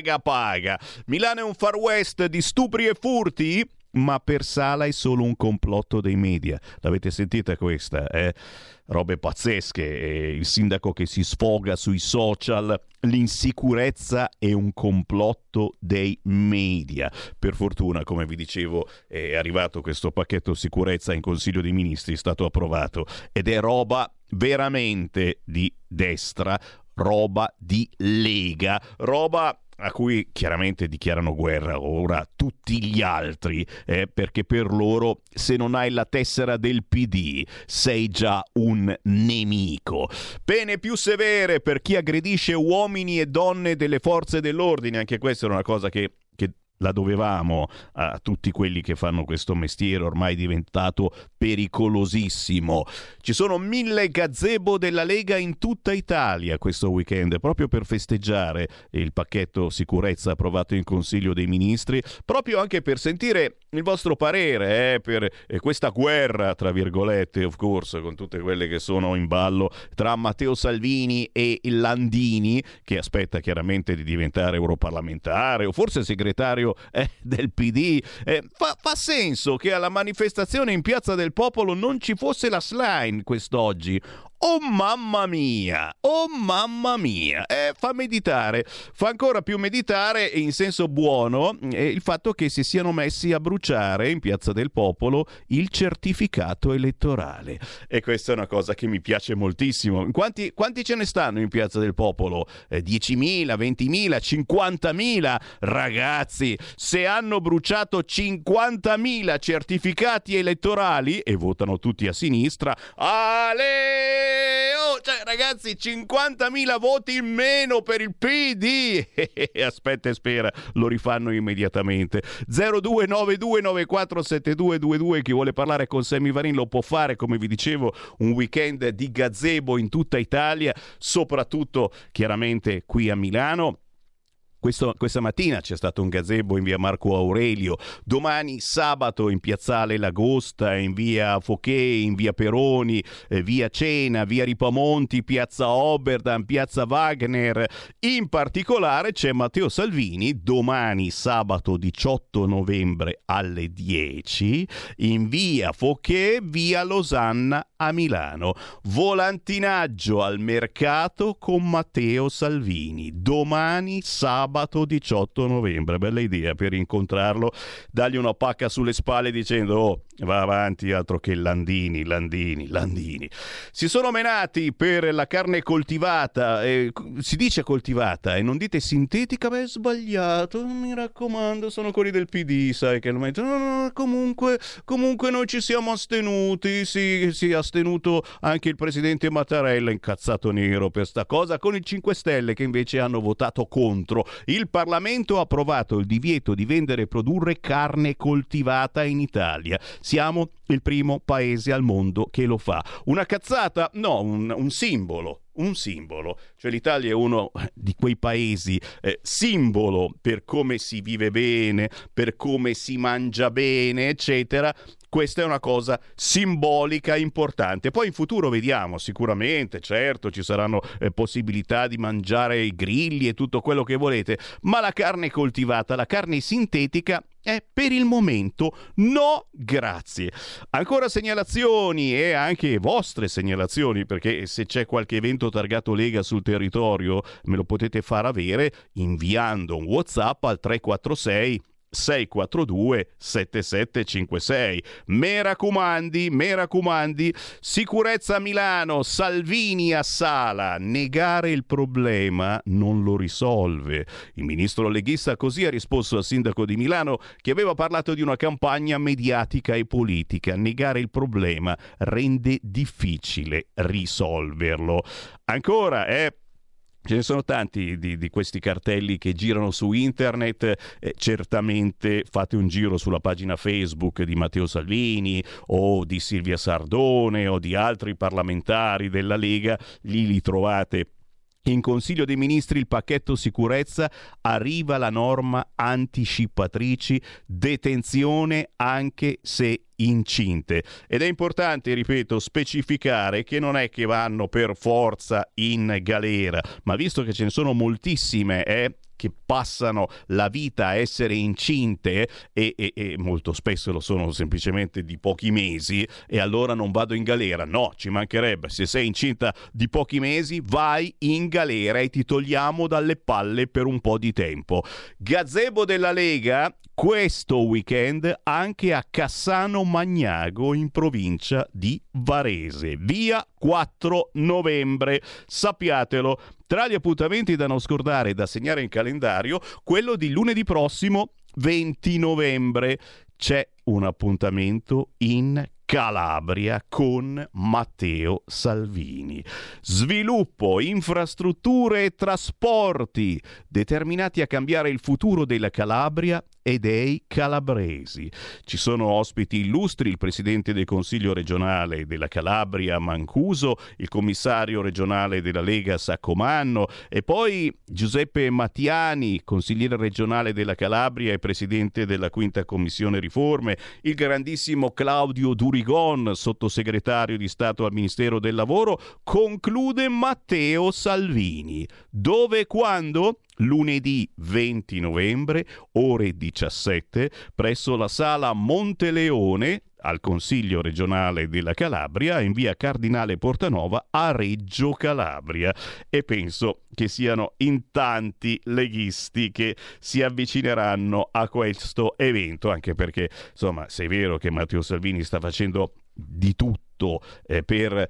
Milano è un far west di stupri e furti? Ma per Sala è solo un complotto dei media. L'avete sentita questa? Robe pazzesche. Il sindaco che si sfoga sui social. L'insicurezza è un complotto dei media. Per fortuna, come vi dicevo, è arrivato questo pacchetto sicurezza in Consiglio dei Ministri, è stato approvato ed è roba veramente di destra, roba di Lega, roba a cui chiaramente dichiarano guerra ora tutti gli altri, perché per loro se non hai la tessera del PD sei già un nemico. Pene più severe per chi aggredisce uomini e donne delle forze dell'ordine, anche questa era una cosa che la dovevamo a tutti quelli che fanno questo mestiere ormai diventato pericolosissimo. Ci sono 1000 gazebo della Lega in tutta Italia questo weekend, proprio per festeggiare il pacchetto sicurezza approvato in Consiglio dei Ministri, proprio anche per sentire il vostro parere per questa guerra, tra virgolette, of course, con tutte quelle che sono in ballo tra Matteo Salvini e Landini, che aspetta chiaramente di diventare europarlamentare o forse segretario del PD. Fa senso che alla manifestazione in Piazza del Popolo non ci fosse la Schlein quest'oggi. Oh mamma mia, fa meditare, fa ancora più meditare in senso buono il fatto che si siano messi a bruciare in Piazza del Popolo il certificato elettorale, e questa è una cosa che mi piace moltissimo. Quanti ce ne stanno in Piazza del Popolo? 10.000, 20.000, 50.000? Ragazzi, se hanno bruciato 50.000 certificati elettorali e votano tutti a sinistra, cioè ragazzi, 50.000 voti in meno per il PD. Aspetta e spera, lo rifanno immediatamente. 0292947222. Chi vuole parlare con Sammy Varin lo può fare, come vi dicevo, un weekend di gazebo in tutta Italia, soprattutto chiaramente qui a Milano. Questa mattina c'è stato un gazebo in via Marco Aurelio, domani sabato in piazzale L'Agosta, in via Fouquet, in via Peroni, via Cena, via Ripamonti, piazza Oberdan, piazza Wagner. In particolare c'è Matteo Salvini domani sabato 18 novembre alle 10 in via Fouquet, via Losanna a Milano. Volantinaggio al mercato con Matteo Salvini domani sabato 18 novembre. Bella idea per incontrarlo, dargli una pacca sulle spalle dicendo: oh, va avanti, altro che Landini. Si sono menati per la carne coltivata, si dice coltivata e non dite sintetica. Beh, è sbagliato, mi raccomando, sono quelli del PD, sai che lo mettono. No, comunque noi ci siamo astenuti. Si è astenuto anche il presidente Mattarella, incazzato nero per sta cosa, con il 5 Stelle che invece hanno votato contro. Il Parlamento ha approvato il divieto di vendere e produrre carne coltivata in Italia. Siamo il primo paese al mondo che lo fa. Una cazzata? No, un simbolo. Un simbolo, cioè l'Italia è uno di quei paesi simbolo per come si vive bene, per come si mangia bene, eccetera. Questa è una cosa simbolica importante. Poi in futuro vediamo, sicuramente, certo, ci saranno possibilità di mangiare i grilli e tutto quello che volete, ma la carne coltivata, la carne sintetica, per il momento no, grazie. Ancora segnalazioni e anche vostre segnalazioni, perché se c'è qualche evento targato Lega sul territorio me lo potete far avere inviando un WhatsApp al 346 642 7756. Me raccomandi, sicurezza a Milano, Salvini a Sala, negare il problema non lo risolve. Il ministro leghista così ha risposto al sindaco di Milano, che aveva parlato di una campagna mediatica e politica. Negare il problema rende difficile risolverlo. Ancora, ce ne sono tanti di questi cartelli che girano su internet. Certamente fate un giro sulla pagina Facebook di Matteo Salvini o di Silvia Sardone o di altri parlamentari della Lega, lì li trovate. In Consiglio dei Ministri il pacchetto sicurezza, arriva la norma antiscippatrici, detenzione anche se incinte. Ed è importante, ripeto, specificare che non è che vanno per forza in galera, ma visto che ce ne sono moltissime che passano la vita a essere incinte e molto spesso lo sono semplicemente di pochi mesi, e allora non vado in galera. No, ci mancherebbe. Se sei incinta di pochi mesi vai in galera e ti togliamo dalle palle per un po' di tempo. Gazebo della Lega questo weekend anche a Cassano Magnago in provincia di Varese, via 4 novembre. Sappiatelo. Tra gli appuntamenti da non scordare e da segnare in calendario, quello di lunedì prossimo 20 novembre c'è un appuntamento in Calabria con Matteo Salvini. Sviluppo, infrastrutture e trasporti determinati a cambiare il futuro della Calabria e dei calabresi. Ci sono ospiti illustri, il presidente del Consiglio regionale della Calabria Mancuso, il commissario regionale della Lega Saccomanno e poi Giuseppe Mattiani, consigliere regionale della Calabria e presidente della Quinta Commissione Riforme, il grandissimo Claudio Durigon, sottosegretario di Stato al Ministero del Lavoro, conclude Matteo Salvini. Dove e quando? Lunedì 20 novembre, ore 17, presso la Sala Monteleone, al Consiglio regionale della Calabria, in via Cardinale Portanova a Reggio Calabria. E penso che siano in tanti leghisti che si avvicineranno a questo evento, anche perché, insomma, se è vero che Matteo Salvini sta facendo di tutto per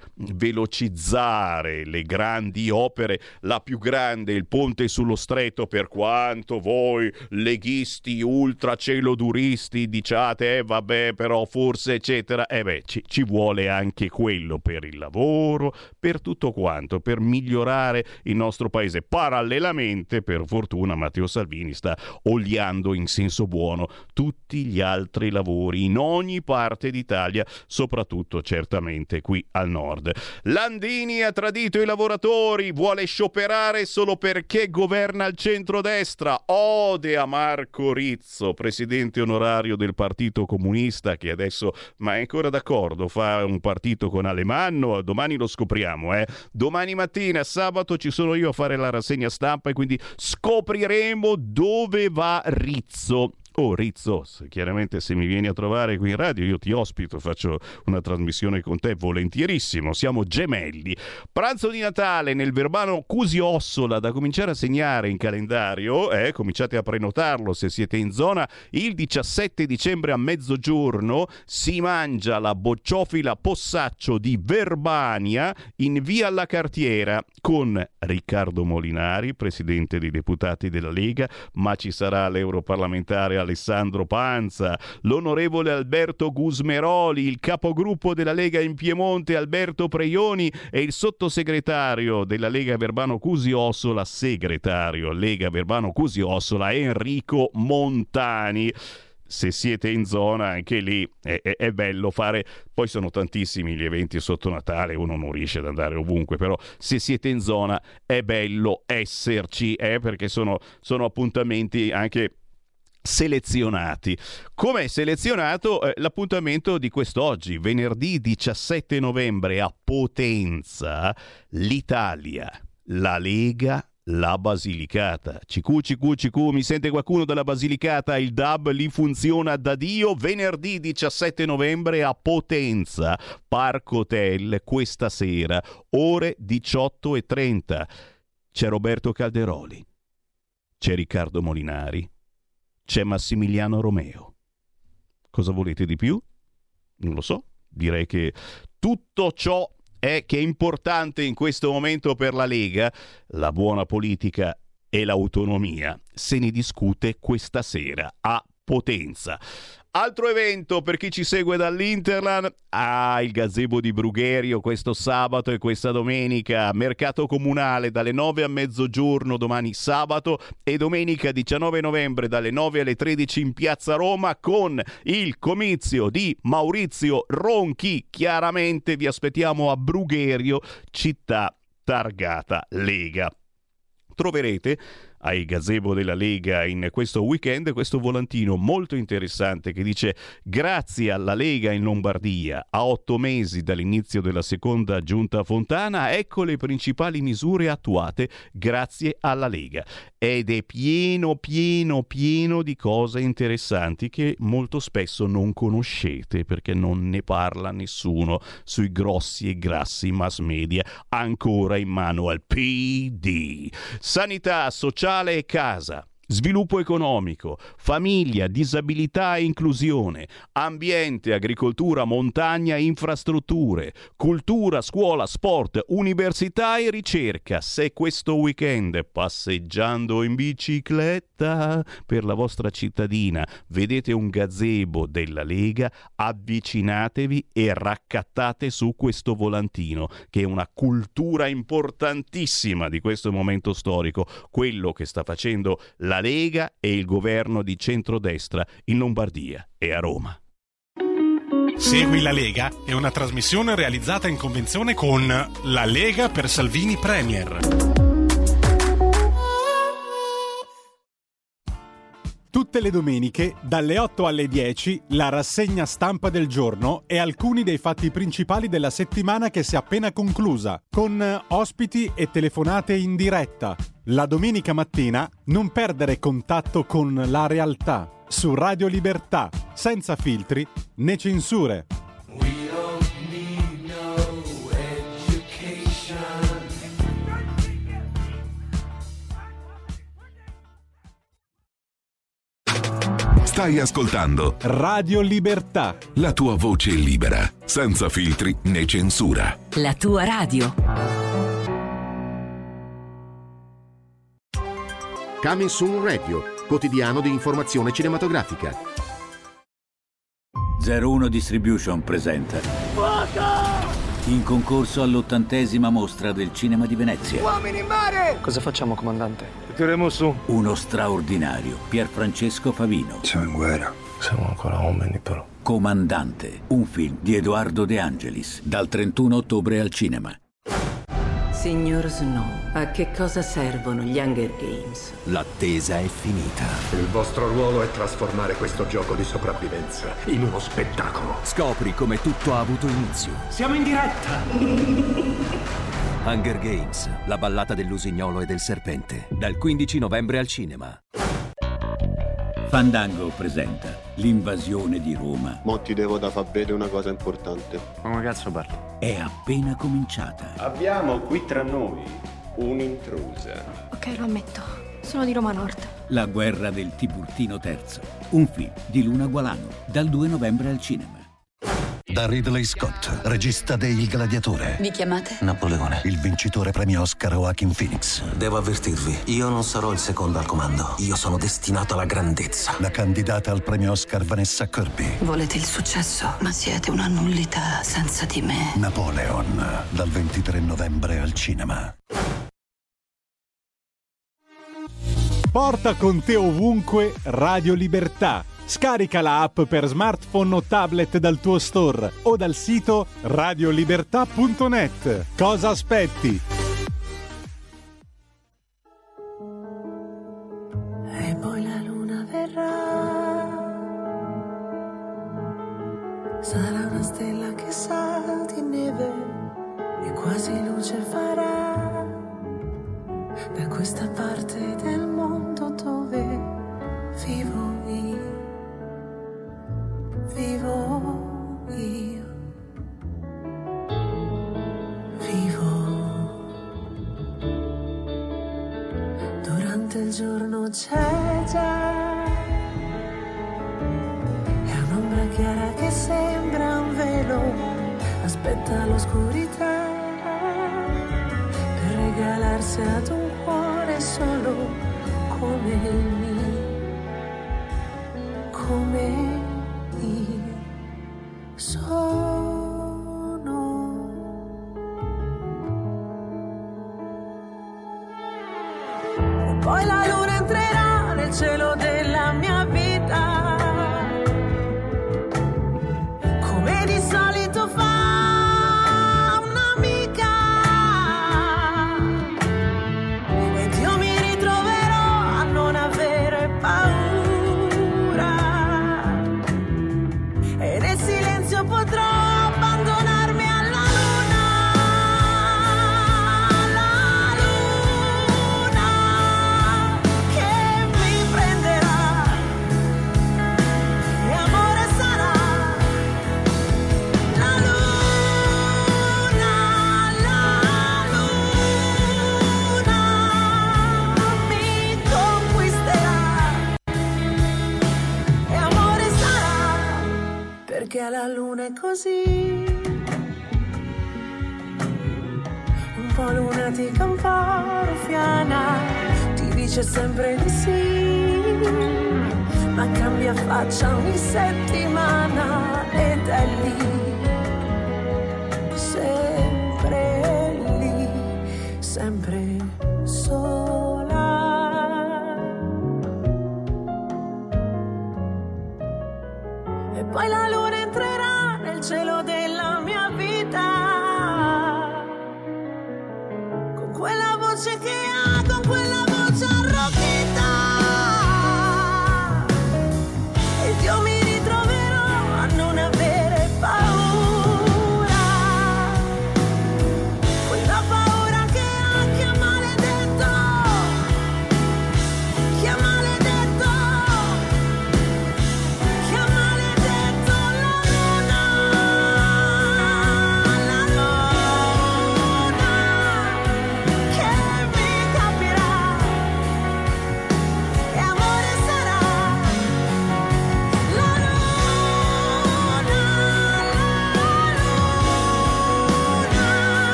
velocizzare le grandi opere, la più grande, il ponte sullo Stretto, per quanto voi leghisti ultraceloduristi diciate vabbè però forse eccetera, ci vuole anche quello per il lavoro, per tutto quanto, per migliorare il nostro paese. Parallelamente, per fortuna, Matteo Salvini sta oliando in senso buono tutti gli altri lavori in ogni parte d'Italia, soprattutto certamente qui al nord. Landini ha tradito i lavoratori, vuole scioperare solo perché governa il centrodestra. Ode a Marco Rizzo, presidente onorario del Partito Comunista, che adesso, ma è ancora d'accordo, fa un partito con Alemanno, domani lo scopriamo, Domani mattina, sabato, ci sono io a fare la rassegna stampa e quindi scopriremo dove va Rizzo. Oh Rizzo, chiaramente se mi vieni a trovare qui in radio io ti ospito, faccio una trasmissione con te volentierissimo, siamo gemelli. Pranzo di Natale nel Verbano Cusio-Ossola, da cominciare a segnare in calendario, cominciate a prenotarlo se siete in zona. Il 17 dicembre a mezzogiorno si mangia la bocciofila Possaccio di Verbania in via alla Cartiera con Riccardo Molinari, presidente dei deputati della Lega, ma ci sarà l'europarlamentare Alessandro Panza, l'onorevole Alberto Gusmeroli, il capogruppo della Lega in Piemonte Alberto Preioni e il sottosegretario della Lega Verbano Cusio-Ossola, segretario Lega Verbano Cusio-Ossola, Enrico Montani. Se siete in zona anche lì è bello fare, poi sono tantissimi gli eventi sotto Natale, uno non riesce ad andare ovunque, però se siete in zona è bello esserci, perché sono appuntamenti anche selezionati. Come è selezionato l'appuntamento di quest'oggi, venerdì 17 novembre a Potenza, l'Italia, la Lega, la Basilicata. CQ, mi sente qualcuno dalla Basilicata? Il DAB lì funziona da Dio. Venerdì 17 novembre a Potenza, Parco Hotel, questa sera, ore 18:30. C'è Roberto Calderoli, c'è Riccardo Molinari, c'è Massimiliano Romeo. Cosa volete di più? Non lo so. Direi che tutto ciò che è importante in questo momento per la Lega, la buona politica e l'autonomia, se ne discute questa sera a Potenza. Altro evento per chi ci segue dall'Interland, il gazebo di Brugherio questo sabato e questa domenica, mercato comunale dalle 9 a mezzogiorno domani sabato e domenica 19 novembre dalle 9 alle 13 in Piazza Roma con il comizio di Maurizio Ronchi. Chiaramente vi aspettiamo a Brugherio, città targata Lega. Troverete ai gazebo della Lega in questo weekend questo volantino molto interessante che dice: grazie alla Lega in Lombardia, a 8 mesi dall'inizio della seconda giunta Fontana, ecco le principali misure attuate grazie alla Lega. Ed è pieno di cose interessanti che molto spesso non conoscete perché non ne parla nessuno sui grossi e grassi mass media ancora in mano al PD. Sanità, sociale e casa, sviluppo economico, famiglia, disabilità e inclusione, ambiente, agricoltura, montagna e infrastrutture, cultura, scuola, sport, università e ricerca. Se questo weekend, passeggiando in bicicletta per la vostra cittadina, vedete un gazebo della Lega, avvicinatevi e raccattate su questo volantino, che è una cultura importantissima di questo momento storico, quello che sta facendo la Lega e il governo di centrodestra in Lombardia e a Roma. Segui la Lega è una trasmissione realizzata in convenzione con La Lega per Salvini Premier. Tutte le domeniche, dalle 8 alle 10, la rassegna stampa del giorno e alcuni dei fatti principali della settimana che si è appena conclusa, con ospiti e telefonate in diretta. La domenica mattina non perdere contatto con la realtà, su Radio Libertà, senza filtri né censure. Stai ascoltando Radio Libertà, la tua voce libera, senza filtri né censura. La tua radio. Coming Soon Radio, quotidiano di informazione cinematografica. 01 Distribution presenta Fuoco! In concorso all'80ª mostra del cinema di Venezia. Uomini in mare! Cosa facciamo, comandante? Tireremo su. Uno straordinario Pierfrancesco Favino. Siamo in guerra. Siamo ancora uomini, però. Comandante, un film di Edoardo De Angelis, dal 31 ottobre al cinema. Signor Snow, a che cosa servono gli Hunger Games? L'attesa è finita. Il vostro ruolo è trasformare questo gioco di sopravvivenza in uno spettacolo. Scopri come tutto ha avuto inizio. Siamo in diretta! Hunger Games, la ballata dell'usignolo e del serpente. Dal 15 novembre al cinema. Fandango presenta l'invasione di Roma. Mo ti devo da far vedere una cosa importante. Ma come cazzo parli? È appena cominciata. Abbiamo qui tra noi un'intrusa. Ok, lo ammetto. Sono di Roma Nord. La guerra del Tiburtino III. Un film di Luna Gualano, dal 2 novembre al cinema. Da Ridley Scott, regista de Il Gladiatore. Vi chiamate? Napoleone. Il vincitore premio Oscar Joaquin Phoenix. Devo avvertirvi, io non sarò il secondo al comando. Io sono destinato alla grandezza. La candidata al premio Oscar Vanessa Kirby. Volete il successo, ma siete una nullità senza di me. Napoleon, dal 23 novembre al cinema. Porta con te ovunque Radio Libertà. Scarica la app per smartphone o tablet dal tuo store o dal sito radiolibertà.net. Cosa aspetti? E poi la luna verrà. Sarà una stella che sa di neve e quasi luce farà da questa parte del mondo dove vivo io. Vivo io, vivo. Durante il giorno c'è già, è un'ombra chiara che sembra un velo, aspetta l'oscurità per regalarsi ad un cuore solo come il mio, come sono. E poi la luna entrerà nel cielo della mia vita, come di solito fa un'amica, ed io mi ritroverò a non avere paura. E nel silenzio potrò abbandonarmi alla luna, che mi prenderà e amore sarà. La luna mi conquisterà e amore sarà. Perché la luna è così, un po' lunatica, un po' ruffiana, ti dice sempre di sì, ma cambia faccia ogni settimana ed è lì, sempre lì, sempre sola.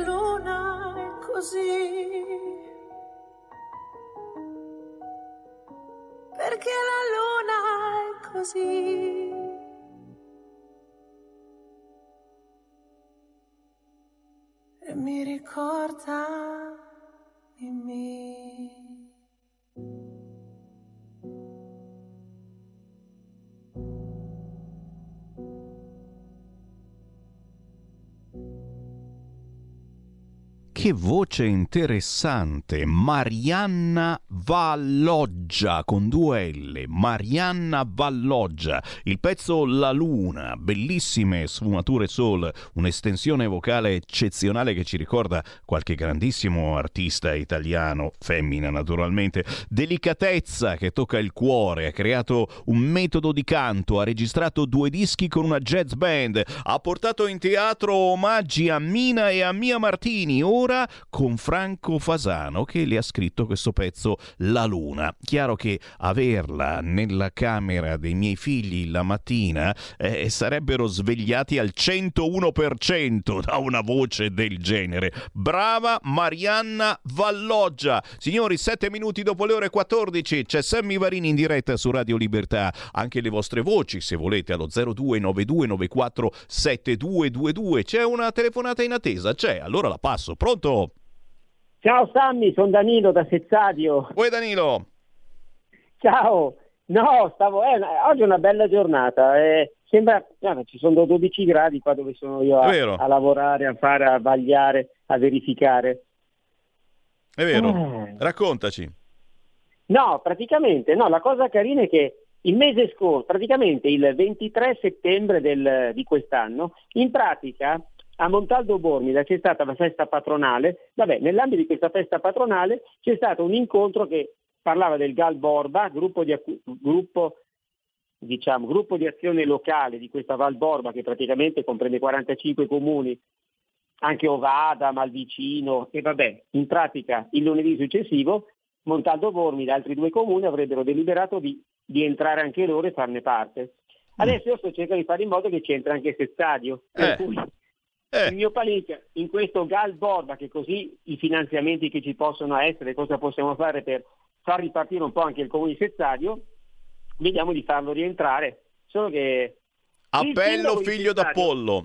luna è così. Perché la luna è così. E mi ricorda di me. Che voce interessante, Marianna Valloggia con 2 L, Marianna Valloggia, il pezzo La Luna, bellissime sfumature soul, un'estensione vocale eccezionale che ci ricorda qualche grandissimo artista italiano, femmina naturalmente, delicatezza che tocca il cuore, ha creato un metodo di canto, ha registrato 2 dischi con una jazz band, ha portato in teatro omaggi a Mina e a Mia Martini, ora con Franco Fasano che le ha scritto questo pezzo La Luna. Chiaro che averla nella camera dei miei figli la mattina sarebbero svegliati al 101% da una voce del genere. Brava Marianna Valloggia. Signori, 7 minuti dopo le ore 14 c'è Sammy Varini in diretta su Radio Libertà. Anche le vostre voci se volete allo 0292947222. C'è una telefonata in attesa? C'è, allora la passo. Pronto? Ciao Sammy, sono Danilo da Sezzadio. Uè Danilo. Ciao. No, oggi è una bella giornata. Sembra, ci sono 12 gradi qua dove sono io a lavorare, a fare, a vagliare, a verificare. È vero. Raccontaci. No, praticamente, la cosa carina è che il mese scorso, praticamente il 23 settembre di quest'anno, in pratica a Montaldo Bormida c'è stata la festa patronale. Nell'ambito di questa festa patronale c'è stato un incontro che parlava del Gal Borba, gruppo di azione locale di questa Val Borba, che praticamente comprende 45 comuni, anche Ovada, Malvicino, e in pratica il lunedì successivo Montaldo Bormida e altri 2 comuni avrebbero deliberato di entrare anche loro e farne parte. Adesso io sto cercando di fare in modo che c'entra anche Sezzadio, per cui il mio palinca in questo Gal Borba, che così i finanziamenti che ci possono essere, cosa possiamo fare per far ripartire un po' anche il comune di Sezzadio, vediamo di farlo rientrare, solo che appello figlio d'Apollo,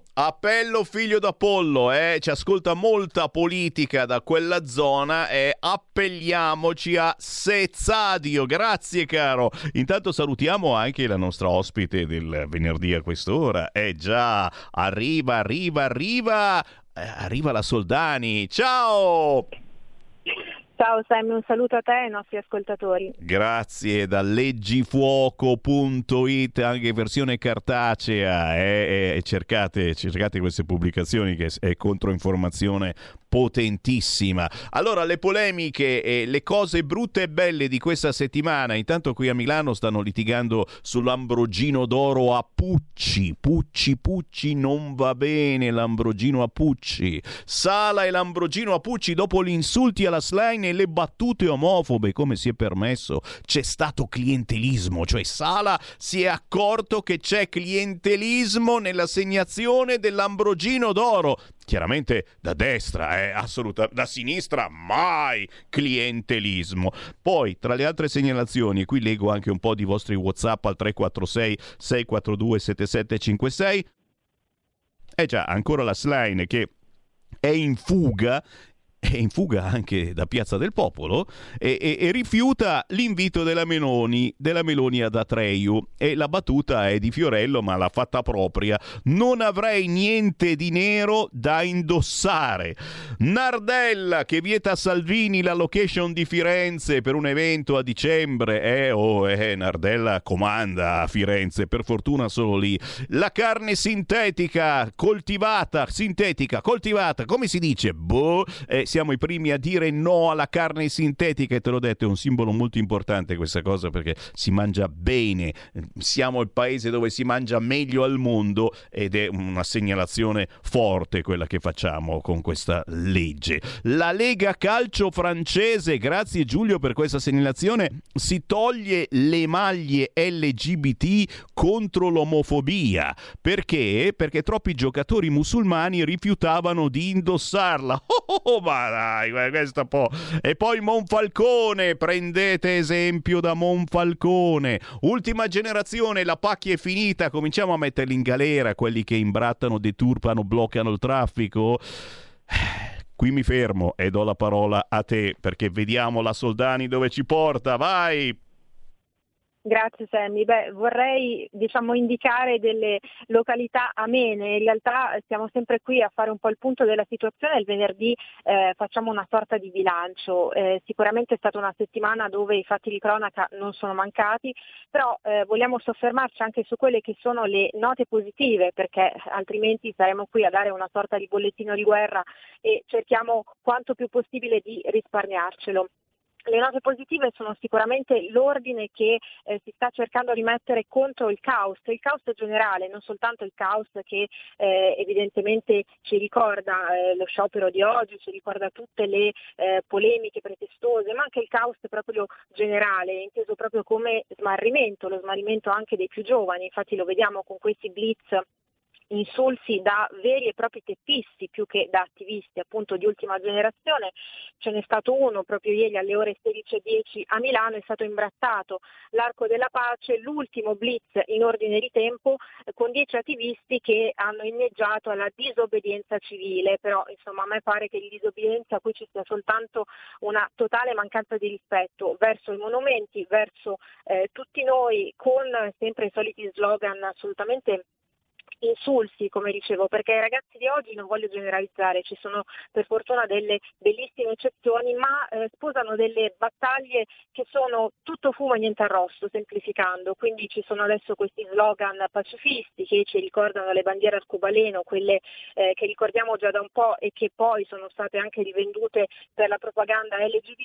ci ascolta molta politica da quella zona e appelliamoci a Sezzadio. Grazie caro. Intanto salutiamo anche la nostra ospite del venerdì a quest'ora. Già, arriva la Soldani. Ciao! Ciao Sammy, un saluto a te e ai nostri ascoltatori. Grazie, da leggifuoco.it, anche versione cartacea, cercate queste pubblicazioni che è controinformazione potentissima. Allora, le polemiche e le cose brutte e belle di questa settimana. Intanto qui a Milano stanno litigando sull'Ambrogino d'oro a Pucci. Pucci, non va bene l'Ambrogino a Pucci. Sala e l'Ambrogino a Pucci dopo gli insulti alla Slime e le battute omofobe, come si è permesso. C'è stato clientelismo, cioè Sala si è accorto che c'è clientelismo nell'assegnazione dell'Ambrogino d'oro. Chiaramente da destra, assolutamente, da sinistra mai clientelismo. Poi, tra le altre segnalazioni, qui leggo anche un po' di vostri WhatsApp al 346 642 7756. Già, ancora la Slime che è in fuga anche da Piazza del Popolo e rifiuta l'invito della Meloni ad Atreju, e la battuta è di Fiorello ma l'ha fatta propria: non avrei niente di nero da indossare. Nardella che vieta a Salvini la location di Firenze per un evento a dicembre. Nardella comanda a Firenze, per fortuna solo lì. La carne sintetica coltivata, come si dice? siamo i primi a dire no alla carne sintetica, e te l'ho detto, è un simbolo molto importante questa cosa, perché si mangia bene, siamo il paese dove si mangia meglio al mondo, ed è una segnalazione forte quella che facciamo con questa legge. La Lega Calcio francese, grazie Giulio per questa segnalazione, si toglie le maglie LGBT contro l'omofobia. Perché? Perché troppi giocatori musulmani rifiutavano di indossarla. Ma dai, questa un po'. E poi Monfalcone, prendete esempio da Monfalcone. Ultima generazione, la pacchia è finita, cominciamo a metterli in galera quelli che imbrattano, deturpano, bloccano il traffico. Qui mi fermo e do la parola a te, perché vediamo la Soldani dove ci porta. Vai! Grazie Sammy. Vorrei indicare delle località amene. In realtà siamo sempre qui a fare un po' il punto della situazione. Il venerdì facciamo una sorta di bilancio. Sicuramente è stata una settimana dove i fatti di cronaca non sono mancati, però vogliamo soffermarci anche su quelle che sono le note positive, perché altrimenti saremo qui a dare una sorta di bollettino di guerra e cerchiamo quanto più possibile di risparmiarcelo. Le note positive sono sicuramente l'ordine che si sta cercando di mettere contro il caos generale, non soltanto il caos che evidentemente ci ricorda lo sciopero di oggi, ci ricorda tutte le polemiche pretestose, ma anche il caos proprio generale, inteso proprio come smarrimento, lo smarrimento anche dei più giovani. Infatti lo vediamo con questi blitz insulsi da veri e propri teppisti più che da attivisti appunto di ultima generazione. Ce n'è stato uno proprio ieri alle ore 16:10 a Milano, è stato imbrattato l'Arco della Pace, l'ultimo blitz in ordine di tempo con 10 attivisti che hanno inneggiato alla disobbedienza civile, però insomma a me pare che di disobbedienza qui ci sia soltanto una totale mancanza di rispetto verso i monumenti, verso tutti noi, con sempre i soliti slogan assolutamente insulsi, come dicevo, perché i ragazzi di oggi, non voglio generalizzare, ci sono per fortuna delle bellissime eccezioni, ma sposano delle battaglie che sono tutto fumo e niente arrosto, semplificando. Quindi ci sono adesso questi slogan pacifisti che ci ricordano le bandiere arcobaleno, quelle che ricordiamo già da un po' e che poi sono state anche rivendute per la propaganda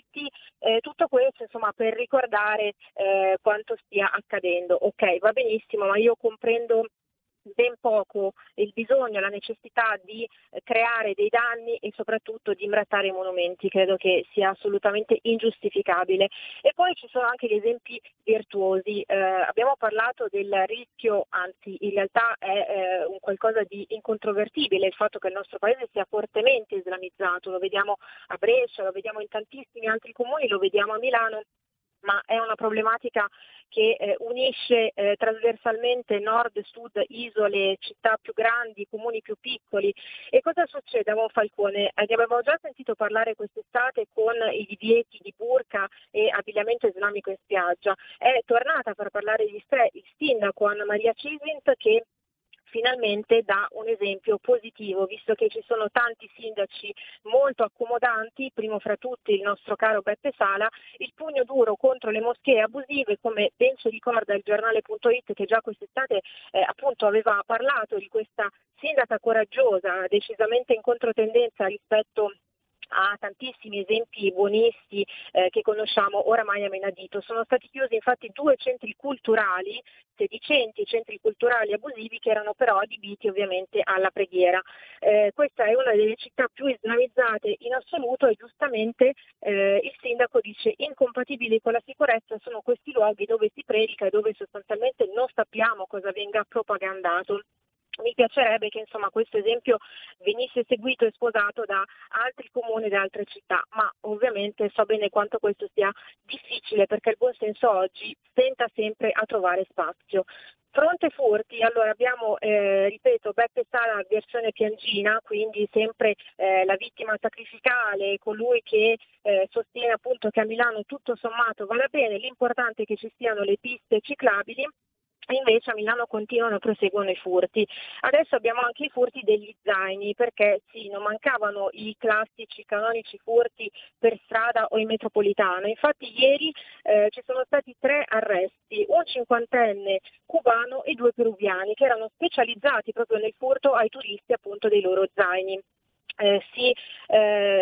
LGBT, tutto questo insomma per ricordare quanto stia accadendo. Ok, va benissimo, ma io comprendo ben poco il bisogno, la necessità di creare dei danni e soprattutto di imbrattare i monumenti. Credo che sia assolutamente ingiustificabile. E poi ci sono anche gli esempi virtuosi. Abbiamo parlato del rischio, anzi in realtà è un qualcosa di incontrovertibile il fatto che il nostro paese sia fortemente islamizzato. Lo vediamo a Brescia, lo vediamo in tantissimi altri comuni, lo vediamo a Milano, ma è una problematica che unisce trasversalmente nord, sud, isole, città più grandi, comuni più piccoli. E cosa succede a Monfalcone? Ne avevamo già sentito parlare quest'estate con i divieti di burka e abbigliamento islamico in spiaggia. È tornata a far parlare di sé il sindaco Anna Maria Cisint, che finalmente dà un esempio positivo, visto che ci sono tanti sindaci molto accomodanti, primo fra tutti il nostro caro Beppe Sala, il pugno duro contro le moschee abusive, come ben ci ricorda il giornale.it, che già quest'estate appunto aveva parlato di questa sindaca coraggiosa, decisamente in controtendenza rispetto a tantissimi esempi buonisti che conosciamo oramai a menadito. Sono stati chiusi infatti 2 centri culturali, sedicenti centri culturali abusivi, che erano però adibiti ovviamente alla preghiera. Questa è una delle città più islamizzate in assoluto e giustamente il sindaco dice incompatibili con la sicurezza sono questi luoghi dove si predica e dove sostanzialmente non sappiamo cosa venga propagandato. Mi piacerebbe che insomma questo esempio venisse seguito e sposato da altri comuni e da altre città, ma ovviamente so bene quanto questo sia difficile, perché il buonsenso oggi tenta sempre a trovare spazio. Fronte furti, allora abbiamo, ripeto, Beppe Sala versione piangina, quindi sempre la vittima sacrificale, colui che sostiene appunto che a Milano tutto sommato vada bene, l'importante è che ci siano le piste ciclabili. Invece a Milano continuano e proseguono i furti. Adesso abbiamo anche i furti degli zaini, perché sì, non mancavano i classici canonici furti per strada o in metropolitana. Infatti ieri ci sono stati 3 arresti, un 50enne cubano e 2 peruviani che erano specializzati proprio nel furto ai turisti appunto dei loro zaini. Si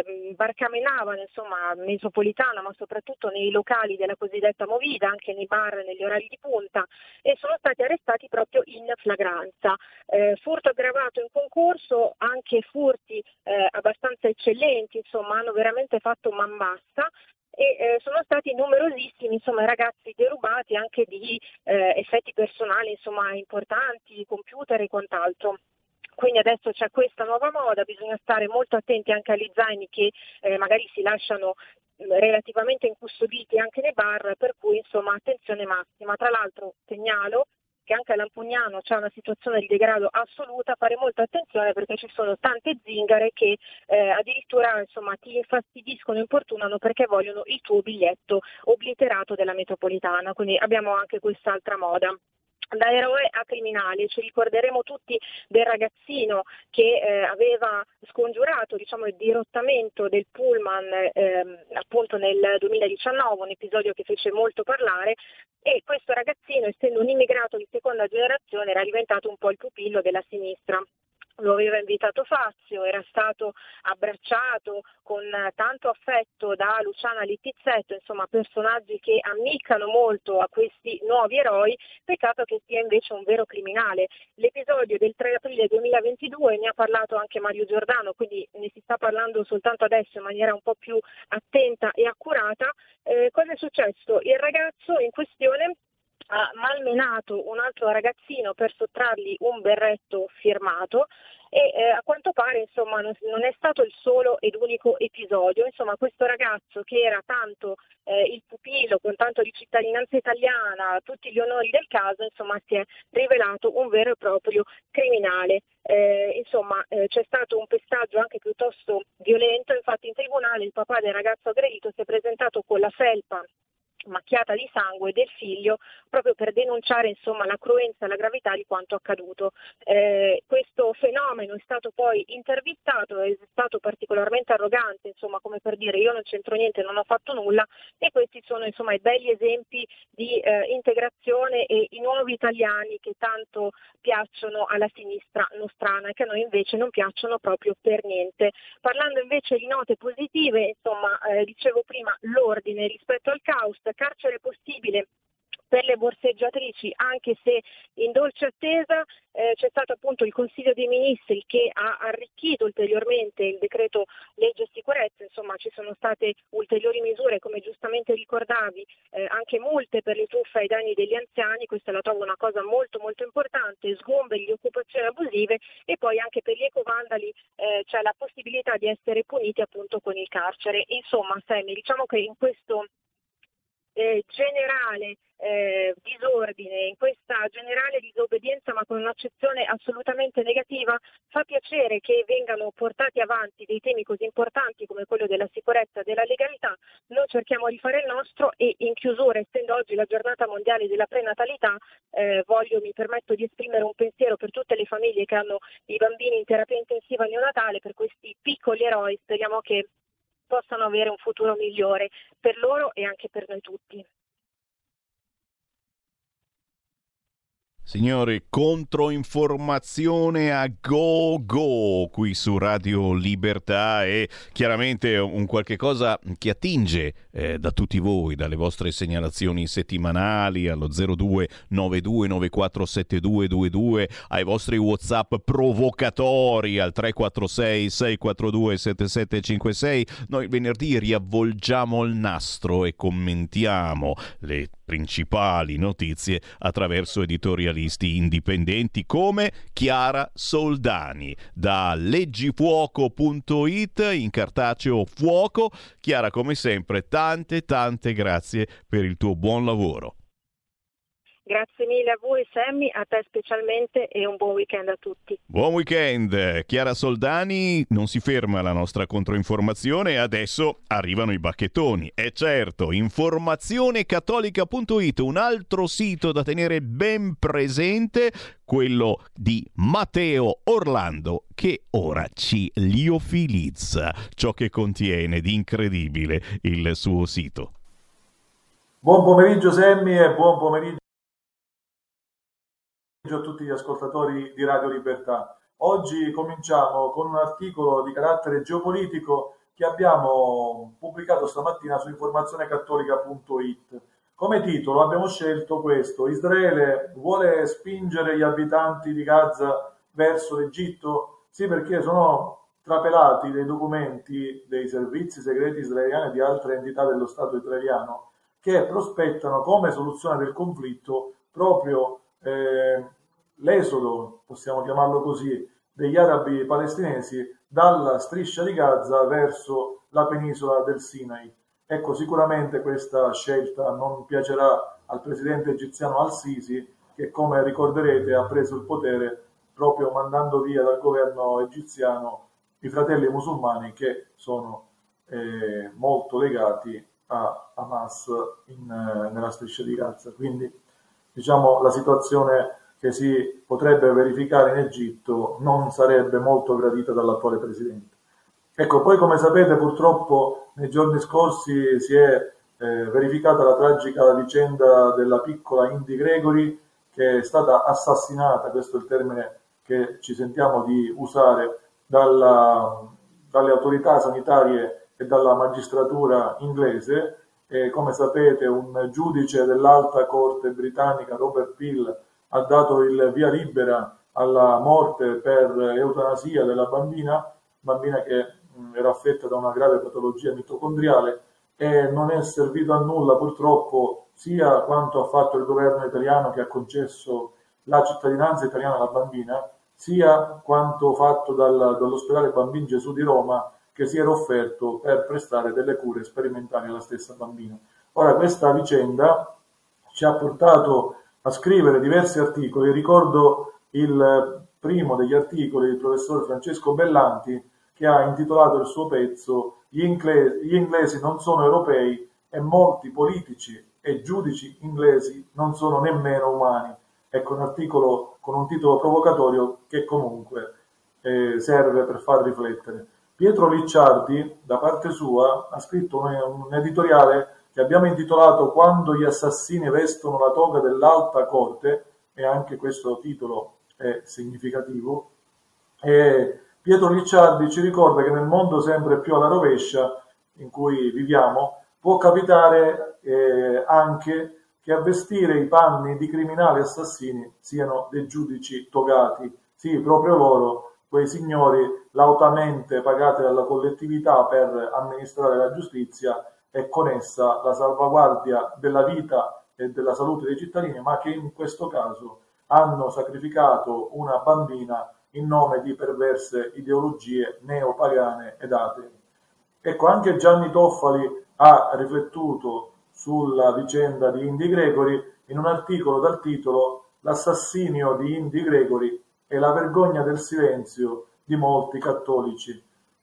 barcamenavano, insomma, metropolitana, ma soprattutto nei locali della cosiddetta movida, anche nei bar negli orari di punta, e sono stati arrestati proprio in flagranza. Furto aggravato in concorso, anche furti abbastanza eccellenti, insomma, hanno veramente fatto man bassa. E sono stati numerosissimi, insomma, i ragazzi derubati anche di effetti personali, insomma, importanti, computer e quant'altro. Quindi adesso c'è questa nuova moda, bisogna stare molto attenti anche agli zaini che magari si lasciano relativamente incustoditi anche nei bar, per cui insomma attenzione massima. Tra l'altro segnalo che anche a Lampugnano c'è una situazione di degrado assoluta, fare molta attenzione perché ci sono tante zingare che addirittura insomma ti infastidiscono, importunano perché vogliono il tuo biglietto obliterato della metropolitana, quindi abbiamo anche quest'altra moda. Da eroe a criminale, ci ricorderemo tutti del ragazzino che aveva scongiurato, diciamo, il dirottamento del pullman appunto nel 2019, un episodio che fece molto parlare, e questo ragazzino, essendo un immigrato di seconda generazione, era diventato un po' il pupillo della sinistra. Lo aveva invitato Fazio, era stato abbracciato con tanto affetto da Luciana Littizzetto, insomma personaggi che ammiccano molto a questi nuovi eroi, peccato che sia invece un vero criminale. L'episodio del 3 aprile 2022 ne ha parlato anche Mario Giordano, quindi ne si sta parlando soltanto adesso in maniera un po' più attenta e accurata. Cosa è successo? Il ragazzo in questione ha malmenato un altro ragazzino per sottrargli un berretto firmato e a quanto pare insomma non è stato il solo ed unico episodio. Insomma, questo ragazzo che era tanto il pupillo con tanto di cittadinanza italiana, tutti gli onori del caso, insomma si è rivelato un vero e proprio criminale. C'è stato un pestaggio anche piuttosto violento, infatti in tribunale il papà del ragazzo aggredito si è presentato con la felpa macchiata di sangue del figlio proprio per denunciare insomma la cruenza e la gravità di quanto accaduto. Questo fenomeno è stato poi intervistato, è stato particolarmente arrogante, insomma, come per dire io non c'entro niente, non ho fatto nulla, e questi sono insomma i begli esempi di integrazione e i nuovi italiani che tanto piacciono alla sinistra nostrana e che a noi invece non piacciono proprio per niente. Parlando invece di note positive, insomma, dicevo prima l'ordine rispetto al caos, carcere possibile per le borseggiatrici, anche se in dolce attesa. C'è stato appunto il Consiglio dei Ministri che ha arricchito ulteriormente il decreto legge sicurezza, insomma ci sono state ulteriori misure, come giustamente ricordavi, anche multe per le truffe ai danni degli anziani, questa la trovo una cosa molto molto importante, sgomberi di occupazioni abusive, e poi anche per gli ecovandali c'è la possibilità di essere puniti appunto con il carcere. Insomma, Sammy, diciamo che in questo generale disordine, in questa generale disobbedienza, ma con un'accezione assolutamente negativa, fa piacere che vengano portati avanti dei temi così importanti come quello della sicurezza e della legalità. Noi cerchiamo di fare il nostro, e in chiusura, essendo oggi la giornata mondiale della prenatalità, mi permetto di esprimere un pensiero per tutte le famiglie che hanno i bambini in terapia intensiva neonatale, per questi piccoli eroi. Speriamo che possano avere un futuro migliore per loro e anche per noi tutti. Signori, controinformazione a go qui su Radio Libertà, e chiaramente un qualche cosa che attinge da tutti voi, dalle vostre segnalazioni settimanali allo 0292947222, ai vostri WhatsApp provocatori al 346 642 7756. Noi venerdì riavvolgiamo il nastro e commentiamo le principali notizie attraverso editorialisti indipendenti come Chiara Soldani da leggifuoco.it, in cartaceo Fuoco. Chiara, come sempre, tante grazie per il tuo buon lavoro. Grazie mille a voi, Sammy, a te specialmente, e un buon weekend a tutti. Buon weekend. Chiara Soldani, non si ferma la nostra controinformazione, adesso arrivano i bacchettoni. E certo, informazionecattolica.it, un altro sito da tenere ben presente, quello di Matteo Orlando, che ora ci liofilizza ciò che contiene di incredibile il suo sito. Buon pomeriggio Sammy e buon pomeriggio a tutti gli ascoltatori di Radio Libertà. Oggi cominciamo con un articolo di carattere geopolitico che abbiamo pubblicato stamattina su informazionecattolica.it. Come titolo abbiamo scelto questo: Israele vuole spingere gli abitanti di Gaza verso l'Egitto? Sì, perché sono trapelati dei documenti dei servizi segreti israeliani e di altre entità dello Stato israeliano che prospettano come soluzione del conflitto proprio l'esodo, possiamo chiamarlo così, degli arabi palestinesi dalla striscia di Gaza verso la penisola del Sinai. Ecco, sicuramente questa scelta non piacerà al presidente egiziano Al-Sisi, che, come ricorderete, ha preso il potere proprio mandando via dal governo egiziano i fratelli musulmani, che sono molto legati a Hamas nella striscia di Gaza. Quindi, diciamo, la situazione che si potrebbe verificare in Egitto non sarebbe molto gradita dall'attuale presidente. Ecco, poi come sapete purtroppo nei giorni scorsi si è verificata la tragica vicenda della piccola Indy Gregory, che è stata assassinata, questo è il termine che ci sentiamo di usare, dalle autorità sanitarie e dalla magistratura inglese. E come sapete un giudice dell'alta corte britannica, Robert Peel, ha dato il via libera alla morte per eutanasia della bambina che era affetta da una grave patologia mitocondriale, e non è servito a nulla purtroppo sia quanto ha fatto il governo italiano, che ha concesso la cittadinanza italiana alla bambina, sia quanto fatto dall'ospedale Bambin Gesù di Roma, che si era offerto per prestare delle cure sperimentali alla stessa bambina. Ora, questa vicenda ci ha portato a scrivere diversi articoli. Ricordo il primo degli articoli del professor Francesco Bellanti, che ha intitolato il suo pezzo Gli inglesi non sono europei e molti politici e giudici inglesi non sono nemmeno umani. Ecco, un articolo con un titolo provocatorio che comunque serve per far riflettere. Pietro Licciardi, da parte sua, ha scritto un editoriale che abbiamo intitolato Quando gli assassini vestono la toga dell'alta corte, e anche questo titolo è significativo. E Pietro Licciardi ci ricorda che nel mondo sempre più alla rovescia in cui viviamo può capitare anche che a vestire i panni di criminali assassini siano dei giudici togati. Sì, proprio loro, quei signori lautamente pagati dalla collettività per amministrare la giustizia e con essa la salvaguardia della vita e della salute dei cittadini, ma che in questo caso hanno sacrificato una bambina in nome di perverse ideologie neopagane ed atee. Ecco, anche Gianni Toffali ha riflettuto sulla vicenda di Indy Gregory in un articolo dal titolo L'assassinio di Indy Gregory e la vergogna del silenzio di molti cattolici.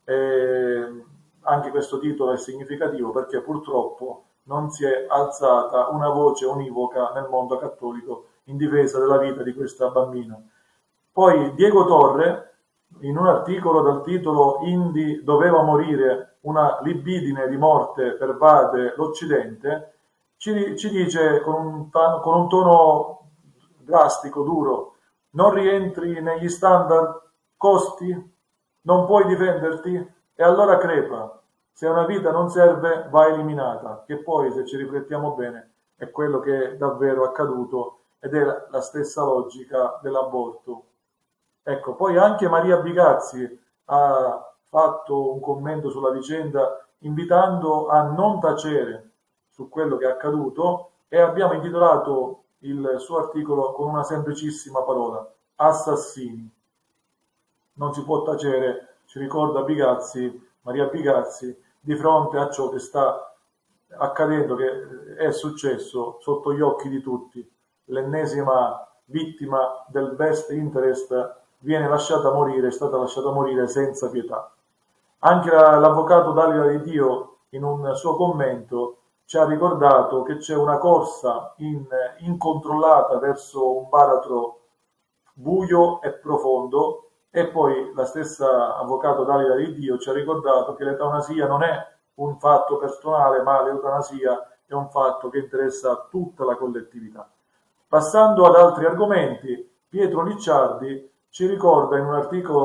Anche questo titolo è significativo perché purtroppo non si è alzata una voce univoca nel mondo cattolico in difesa della vita di questa bambina. Poi Diego Torre, in un articolo dal titolo Indy doveva morire, una libidine di morte pervade l'Occidente, ci dice con un tono drastico, duro: non rientri negli standard, costi, non puoi difenderti e allora crepa. Se una vita non serve, va eliminata, che poi, se ci riflettiamo bene, è quello che è davvero accaduto ed è la stessa logica dell'aborto. Ecco, poi anche Maria Bigazzi ha fatto un commento sulla vicenda invitando a non tacere su quello che è accaduto, e abbiamo intitolato il suo articolo con una semplicissima parola: assassini. Non si può tacere, ci ricorda Bigazzi, Maria Bigazzi, di fronte a ciò che sta accadendo, che è successo sotto gli occhi di tutti. L'ennesima vittima del best interest viene lasciata morire, è stata lasciata morire senza pietà. Anche l'avvocato Dalila Di Dio, in un suo commento, ci ha ricordato che c'è una corsa incontrollata verso un baratro buio e profondo, e poi la stessa avvocato Dalila Di Dio ci ha ricordato che l'eutanasia non è un fatto personale, ma l'eutanasia è un fatto che interessa tutta la collettività. Passando ad altri argomenti, Pietro Licciardi ci ricorda in un articolo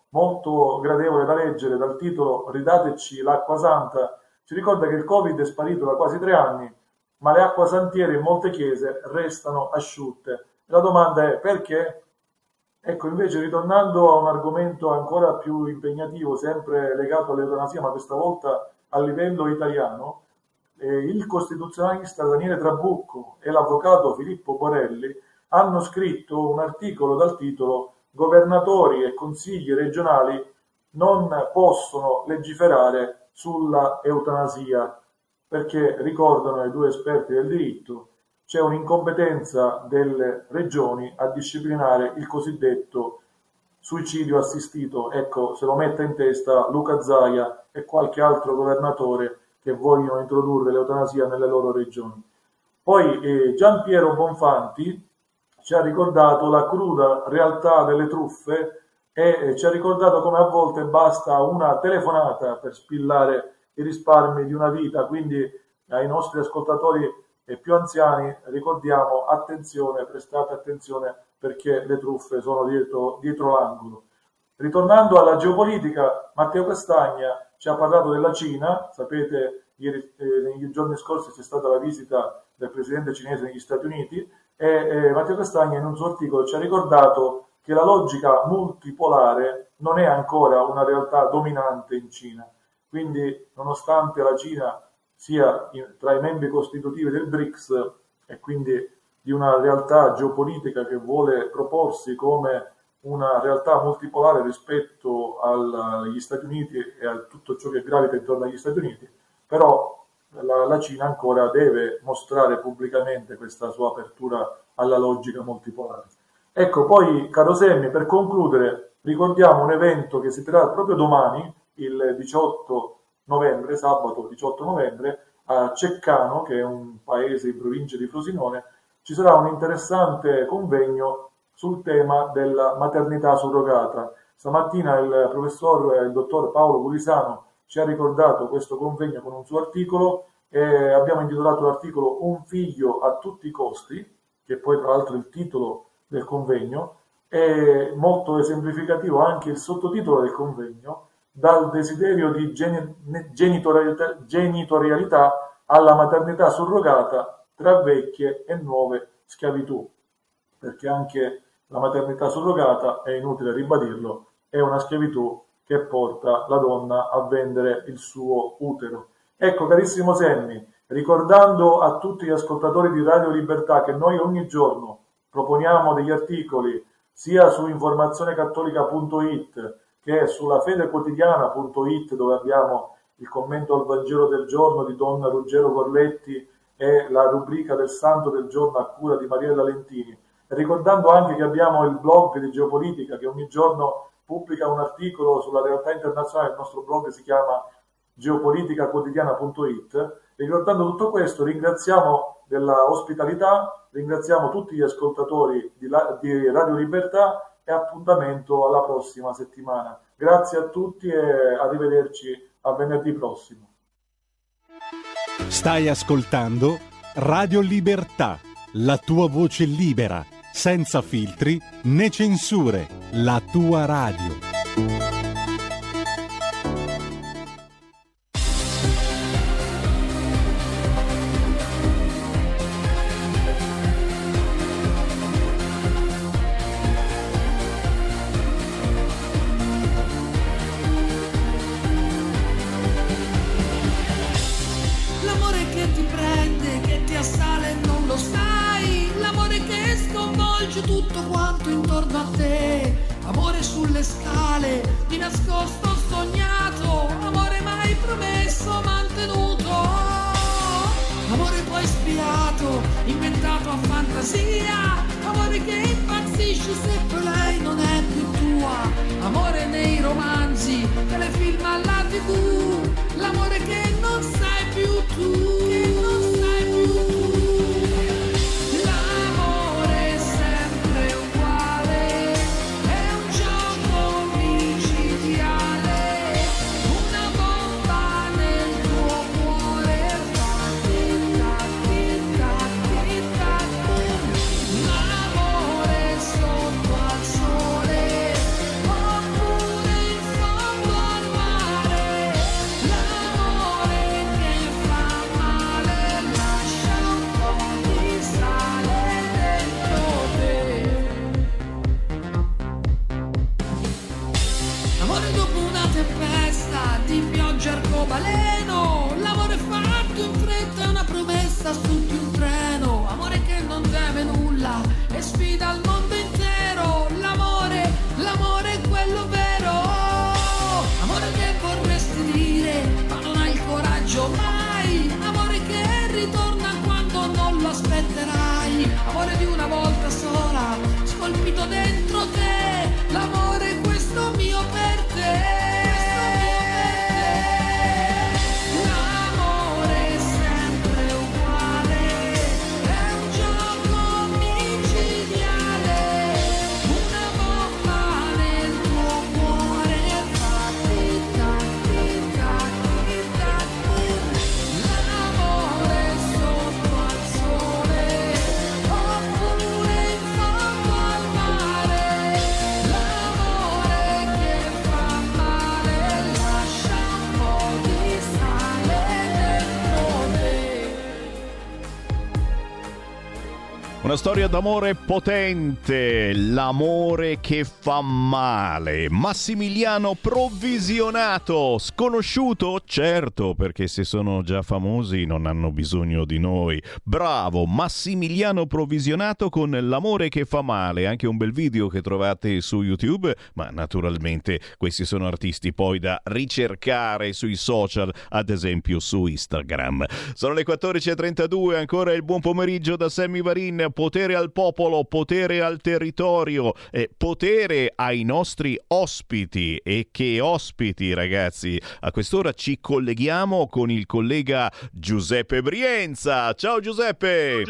molto gradevole da leggere dal titolo Ridateci l'acqua santa, ci ricorda che il Covid è sparito da quasi 3 anni, ma le acquasantiere in molte chiese restano asciutte. La domanda è perché? Ecco, invece, ritornando a un argomento ancora più impegnativo, sempre legato all'eutanasia, ma questa volta a livello italiano, il costituzionalista Daniele Trabucco e l'avvocato Filippo Borelli hanno scritto un articolo dal titolo "Governatori e consigli regionali non possono legiferare sulla eutanasia", perché, ricordano i 2 esperti del diritto, c'è un'incompetenza delle regioni a disciplinare il cosiddetto suicidio assistito. Ecco, se lo mette in testa Luca Zaia e qualche altro governatore che vogliono introdurre l'eutanasia nelle loro regioni. Poi Gian Piero Bonfanti ci ha ricordato la cruda realtà delle truffe e ci ha ricordato come a volte basta una telefonata per spillare i risparmi di una vita. Quindi ai nostri ascoltatori più anziani ricordiamo: attenzione, prestate attenzione, perché le truffe sono dietro l'angolo. Ritornando alla geopolitica, Matteo Castagna ci ha parlato della Cina. Sapete, nei giorni scorsi c'è stata la visita del presidente cinese negli Stati Uniti e Matteo Castagna in un suo articolo ci ha ricordato che la logica multipolare non è ancora una realtà dominante in Cina. Quindi, nonostante la Cina sia tra i membri costitutivi del BRICS e quindi di una realtà geopolitica che vuole proporsi come una realtà multipolare rispetto agli Stati Uniti e a tutto ciò che gravita intorno agli Stati Uniti, però la Cina ancora deve mostrare pubblicamente questa sua apertura alla logica multipolare. Ecco, poi, caro Semmi, per concludere, ricordiamo un evento che si terrà proprio domani, il 18 novembre, sabato 18 novembre, a Ceccano, che è un paese in provincia di Frosinone. Ci sarà un interessante convegno sul tema della maternità surrogata. Stamattina il dottor Paolo Gulisano ci ha ricordato questo convegno con un suo articolo e abbiamo intitolato l'articolo "Un figlio a tutti i costi", che poi tra l'altro è il titolo del convegno. È molto esemplificativo anche il sottotitolo del convegno: "Dal desiderio di genitorialità alla maternità surrogata, tra vecchie e nuove schiavitù", perché anche la maternità surrogata, è inutile ribadirlo, è una schiavitù che porta la donna a vendere il suo utero. Ecco, carissimo Semmi, ricordando a tutti gli ascoltatori di Radio Libertà che noi ogni giorno proponiamo degli articoli sia su informazionecattolica.it che sulla fedequotidiana.it, dove abbiamo il commento al Vangelo del giorno di Don Ruggero Corletti e la rubrica del Santo del giorno a cura di Mariella Lentini, e ricordando anche che abbiamo il blog di Geopolitica che ogni giorno pubblica un articolo sulla realtà internazionale. Il nostro blog si chiama geopoliticaquotidiana.it. Ricordando tutto questo, ringraziamo della ospitalità, ringraziamo tutti gli ascoltatori di Radio Libertà e appuntamento alla prossima settimana. Grazie a tutti e arrivederci a venerdì prossimo. Stai ascoltando Radio Libertà, la tua voce libera, senza filtri né censure, la tua radio. Tutto quanto intorno a te, amore sulle scale, di nascosto sognato, amore mai promesso, mantenuto, amore poi spiato, inventato a fantasia, amore che impazzisce se poi lei non è più tua, amore nei romanzi, telefilm alla TV, l'amore che non sei più tu. Oppure sta su di un treno, amore che non deve nulla e sfida il mondo intero. L'amore, l'amore è quello vero, amore che vorresti dire ma non hai il coraggio mai, amore che ritorna quando non lo aspetterai, amore di una volta sola scolpito dentro te, l'amore questo mio per te. Una storia d'amore potente, l'amore che fa male. Massimiliano Provvisionato, sconosciuto? Certo, perché se sono già famosi non hanno bisogno di noi. Bravo, Massimiliano Provvisionato con l'amore che fa male, anche un bel video che trovate su YouTube, ma naturalmente questi sono artisti poi da ricercare sui social, ad esempio su Instagram. Sono le 14.32, ancora il buon pomeriggio da Sammy Varin. Potere al popolo, potere al territorio, potere ai nostri ospiti. E che ospiti, ragazzi! A quest'ora ci colleghiamo con il collega Giuseppe Brienza. Ciao Giuseppe!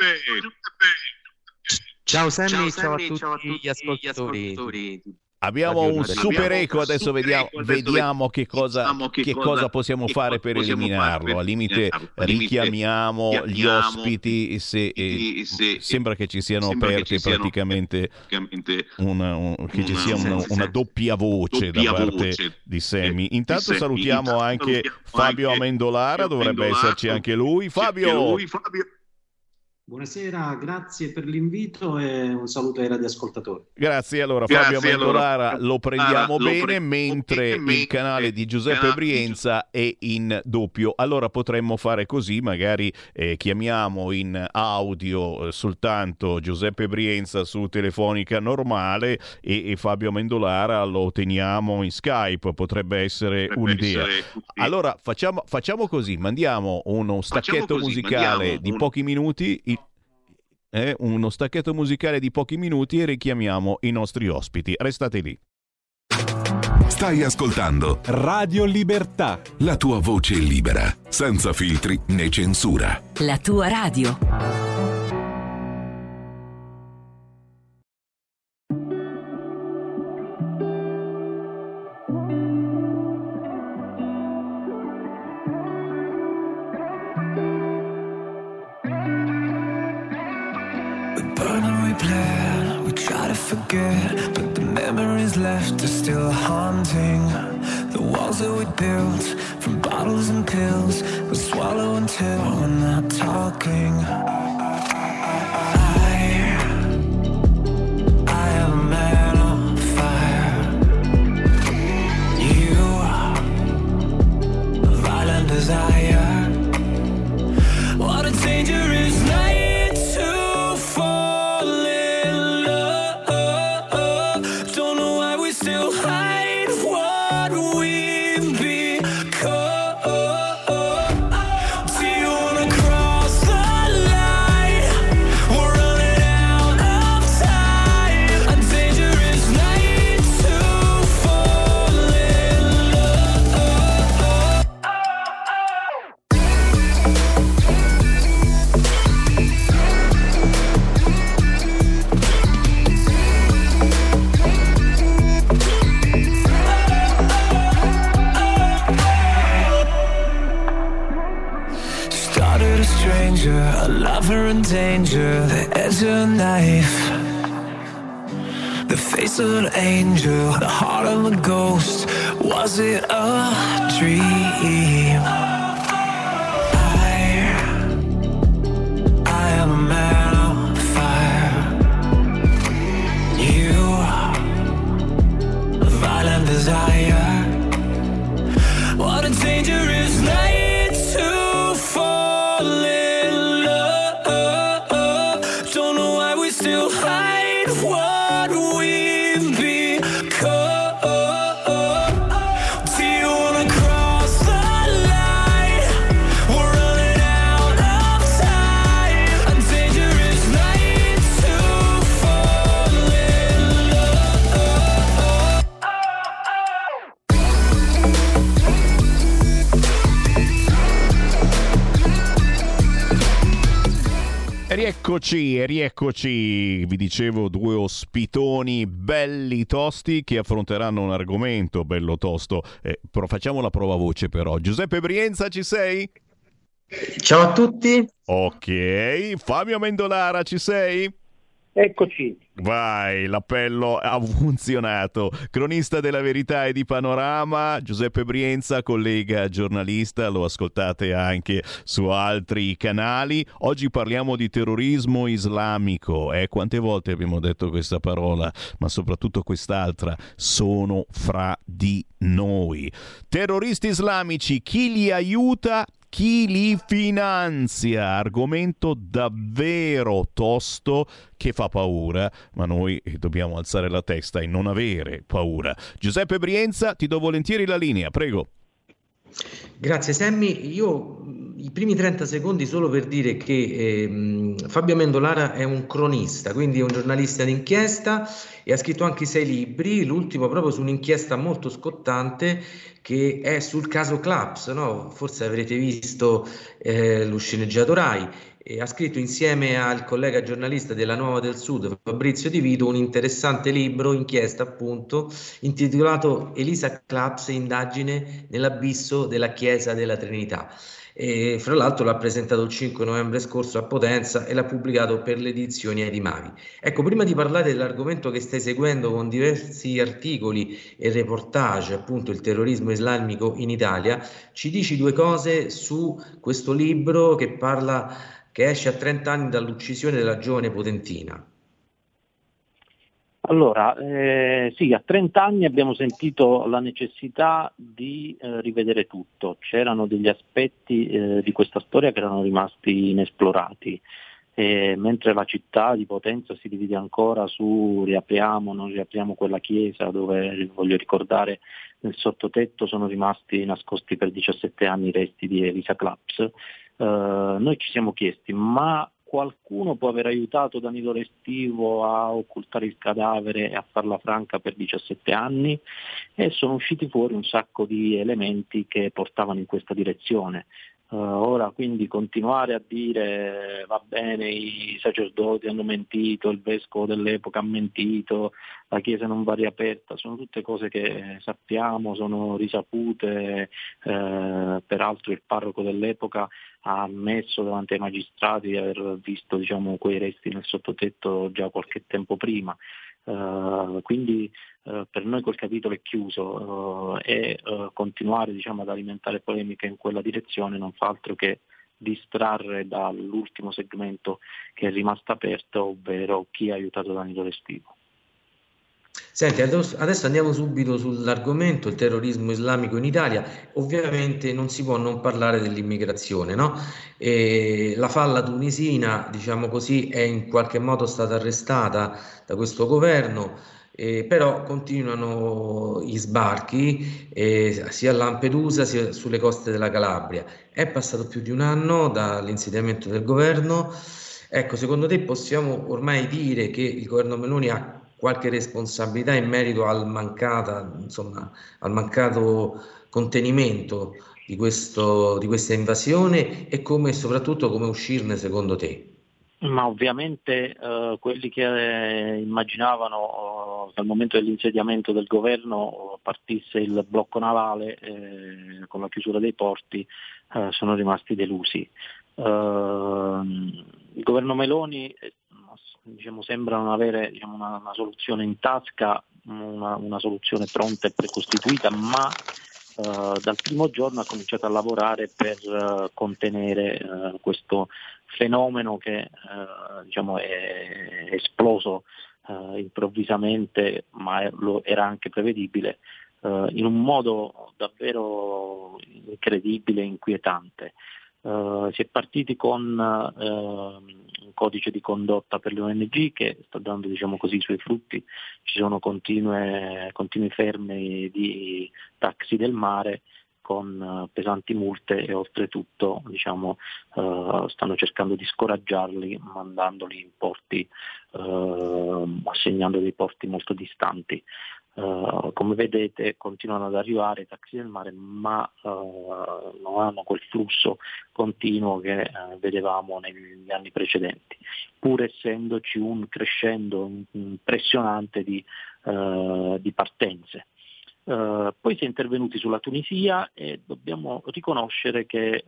Ciao Sammy, ciao a tutti gli ascoltatori. Abbiamo un super eco, adesso vediamo che cosa possiamo fare per eliminarlo. Al limite richiamiamo gli ospiti se sembra che ci siano aperte praticamente che ci sia una doppia voce da parte di Sammy. Intanto salutiamo anche Fabio Amendolara, dovrebbe esserci anche lui. Fabio! Buonasera, grazie per l'invito e un saluto ai radioascoltatori. Grazie, allora Fabio Amendolara lo prendiamo bene, mentre il canale di Giuseppe Brienza è in doppio. Allora potremmo fare così, magari chiamiamo in audio soltanto Giuseppe Brienza su telefonica normale e Fabio Amendolara lo teniamo in Skype, potrebbe essere un'idea. Allora facciamo così, mandiamo uno stacchetto musicale di pochi minuti. Uno stacchetto musicale di pochi minuti e richiamiamo i nostri ospiti. Restate lì. Stai ascoltando Radio Libertà. La tua voce libera, senza filtri né censura. La tua radio. We try to forget, but the memories left are still haunting. The walls that we built from bottles and pills, we swallow until we're not talking. I am a man on fire. You, violent desire. What a dangerous night. A lover in danger, the edge of a knife, the face of an angel, the heart of a ghost. Was it a dream? I am a man on fire. You, a violent desire. What a dangerous night to fall in love. Rieccoci, vi dicevo, due ospitoni belli tosti che affronteranno un argomento bello tosto. Però facciamo la prova voce però. Giuseppe Brienza, ci sei? Ciao a tutti. Ok, Fabio Amendolara, ci sei? Eccoci. Vai, l'appello ha funzionato. Cronista della Verità e di Panorama, Giuseppe Brienza, collega giornalista, lo ascoltate anche su altri canali. Oggi parliamo di terrorismo islamico. Quante volte abbiamo detto questa parola, ma soprattutto quest'altra, sono fra di noi. Terroristi islamici, chi li aiuta? Chi li finanzia? Argomento davvero tosto che fa paura, ma noi dobbiamo alzare la testa e non avere paura. Giuseppe Brienza, ti do volentieri la linea, prego. Grazie Sammy, io i primi 30 secondi solo per dire che Fabio Amendolara è un cronista, quindi è un giornalista d'inchiesta e ha scritto anche 6 libri, l'ultimo proprio su un'inchiesta molto scottante che è sul caso Claps, no? Forse avrete visto lo sceneggiato Rai. E ha scritto insieme al collega giornalista della Nuova del Sud, Fabrizio Di Vito, un interessante libro, inchiesta appunto, intitolato Elisa Claps, indagine nell'abisso della Chiesa della Trinità. E fra l'altro l'ha presentato il 5 novembre scorso a Potenza e l'ha pubblicato per le edizioni Edimavi. Ecco, prima di parlare dell'argomento che stai seguendo con diversi articoli e reportage, appunto il terrorismo islamico in Italia, ci dici due cose su questo libro che esce a 30 anni dall'uccisione della giovane potentina. Allora, sì, a 30 anni abbiamo sentito la necessità di rivedere tutto. C'erano degli aspetti di questa storia che erano rimasti inesplorati. Mentre la città di Potenza si divide ancora su riapriamo, non riapriamo quella chiesa dove, voglio ricordare, nel sottotetto sono rimasti nascosti per 17 anni i resti di Elisa Claps, noi ci siamo chiesti, ma qualcuno può aver aiutato Danilo Restivo a occultare il cadavere e a farla franca per 17 anni? E sono usciti fuori un sacco di elementi che portavano in questa direzione. Ora quindi continuare a dire va bene, i sacerdoti hanno mentito, il vescovo dell'epoca ha mentito, la chiesa non va riaperta, sono tutte cose che sappiamo, sono risapute, peraltro il parroco dell'epoca ha ammesso davanti ai magistrati di aver visto, diciamo, quei resti nel sottotetto già qualche tempo prima. Quindi per noi quel capitolo è chiuso e continuare, diciamo, ad alimentare polemiche in quella direzione non fa altro che distrarre dall'ultimo segmento che è rimasto aperto, ovvero chi ha aiutato Danilo Restivo. Senti, adesso andiamo subito sull'argomento, il terrorismo islamico in Italia. Ovviamente non si può non parlare dell'immigrazione, no? La falla tunisina, diciamo così, è in qualche modo stata arrestata da questo governo, però continuano gli sbarchi sia a Lampedusa sia sulle coste della Calabria. È passato più di un anno dall'insediamento del governo. Ecco, secondo te possiamo ormai dire che il governo Meloni ha qualche responsabilità in merito al mancato contenimento di questa invasione e soprattutto come uscirne secondo te? Ma ovviamente quelli che immaginavano che al momento dell'insediamento del governo partisse il blocco navale con la chiusura dei porti sono rimasti delusi. Il governo Meloni, diciamo, sembra non avere, diciamo, una soluzione in tasca, una soluzione pronta e precostituita, ma dal primo giorno ha cominciato a lavorare per contenere questo fenomeno che diciamo è esploso improvvisamente, ma era anche prevedibile, in un modo davvero incredibile e inquietante. Si è partiti con un codice di condotta per le ONG che sta dando, diciamo così, i suoi frutti. Ci sono continue ferme di taxi del mare con pesanti multe e oltretutto, diciamo, stanno cercando di scoraggiarli mandandoli in porti, assegnando dei porti molto distanti. come vedete continuano ad arrivare i taxi del mare, ma non hanno quel flusso continuo che vedevamo negli anni precedenti, pur essendoci un crescendo impressionante di partenze. Poi si è intervenuti sulla Tunisia e dobbiamo riconoscere che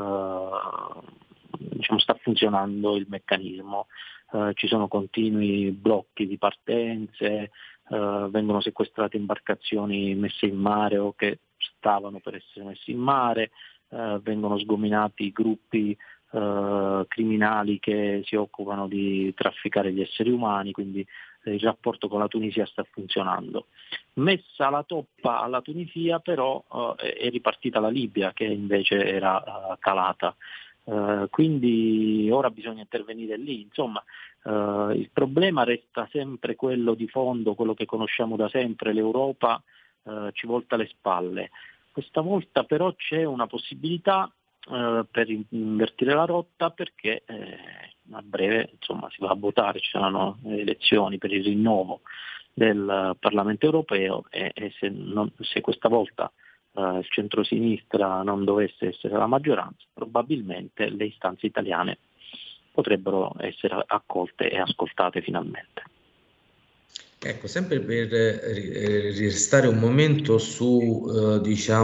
sta funzionando il meccanismo, ci sono continui blocchi di partenze, vengono sequestrate imbarcazioni messe in mare o che stavano per essere messe in mare, vengono sgominati gruppi criminali che si occupano di trafficare gli esseri umani, quindi il rapporto con la Tunisia sta funzionando. Messa la toppa alla Tunisia però è ripartita la Libia, che invece era calata. Quindi ora bisogna intervenire lì, insomma il problema resta sempre quello di fondo, quello che conosciamo da sempre: l'Europa ci volta le spalle. Questa volta però c'è una possibilità per invertire la rotta, perché a breve si va a votare, ci saranno le elezioni per il rinnovo del Parlamento europeo e se questa volta il centrosinistra non dovesse essere la maggioranza, probabilmente le istanze italiane potrebbero essere accolte e ascoltate finalmente. Ecco, sempre per restare un momento su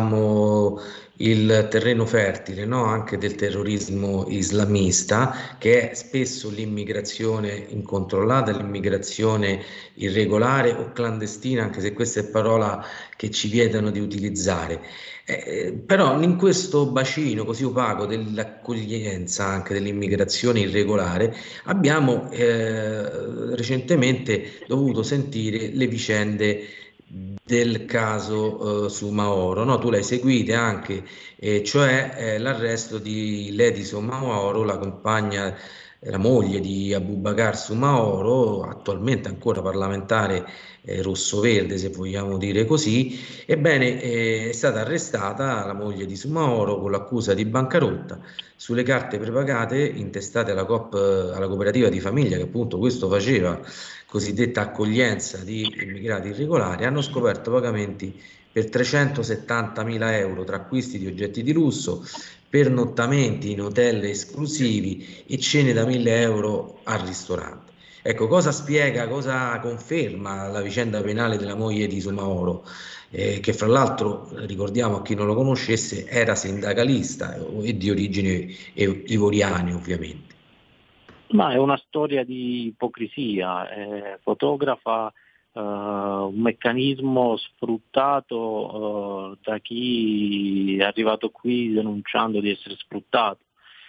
il terreno fertile, no? Anche del terrorismo islamista, che è spesso l'immigrazione incontrollata, l'immigrazione irregolare o clandestina, anche se questa è parola che ci vietano di utilizzare. Però in questo bacino così opaco dell'accoglienza anche dell'immigrazione irregolare abbiamo recentemente dovuto sentire le vicende del caso Soumahoro, no? Tu l'hai seguita anche, cioè l'arresto di Lady Soumahoro, la compagna, la moglie di Abubakar Soumahoro, attualmente ancora parlamentare rosso-verde, se vogliamo dire così. Ebbene, è stata arrestata la moglie di Soumahoro con l'accusa di bancarotta sulle carte prepagate intestate alla cooperativa di famiglia che appunto questo faceva, cosiddetta accoglienza di immigrati irregolari. Hanno scoperto pagamenti per 370.000 euro tra acquisti di oggetti di lusso, pernottamenti in hotel esclusivi e cene da 1.000 euro al ristorante. Ecco, cosa spiega, cosa conferma la vicenda penale della moglie di Soumahoro, che fra l'altro, ricordiamo a chi non lo conoscesse, era sindacalista e di origini ivoriane ovviamente. Ma è una storia di ipocrisia, fotografa un meccanismo sfruttato da chi è arrivato qui denunciando di essere sfruttato.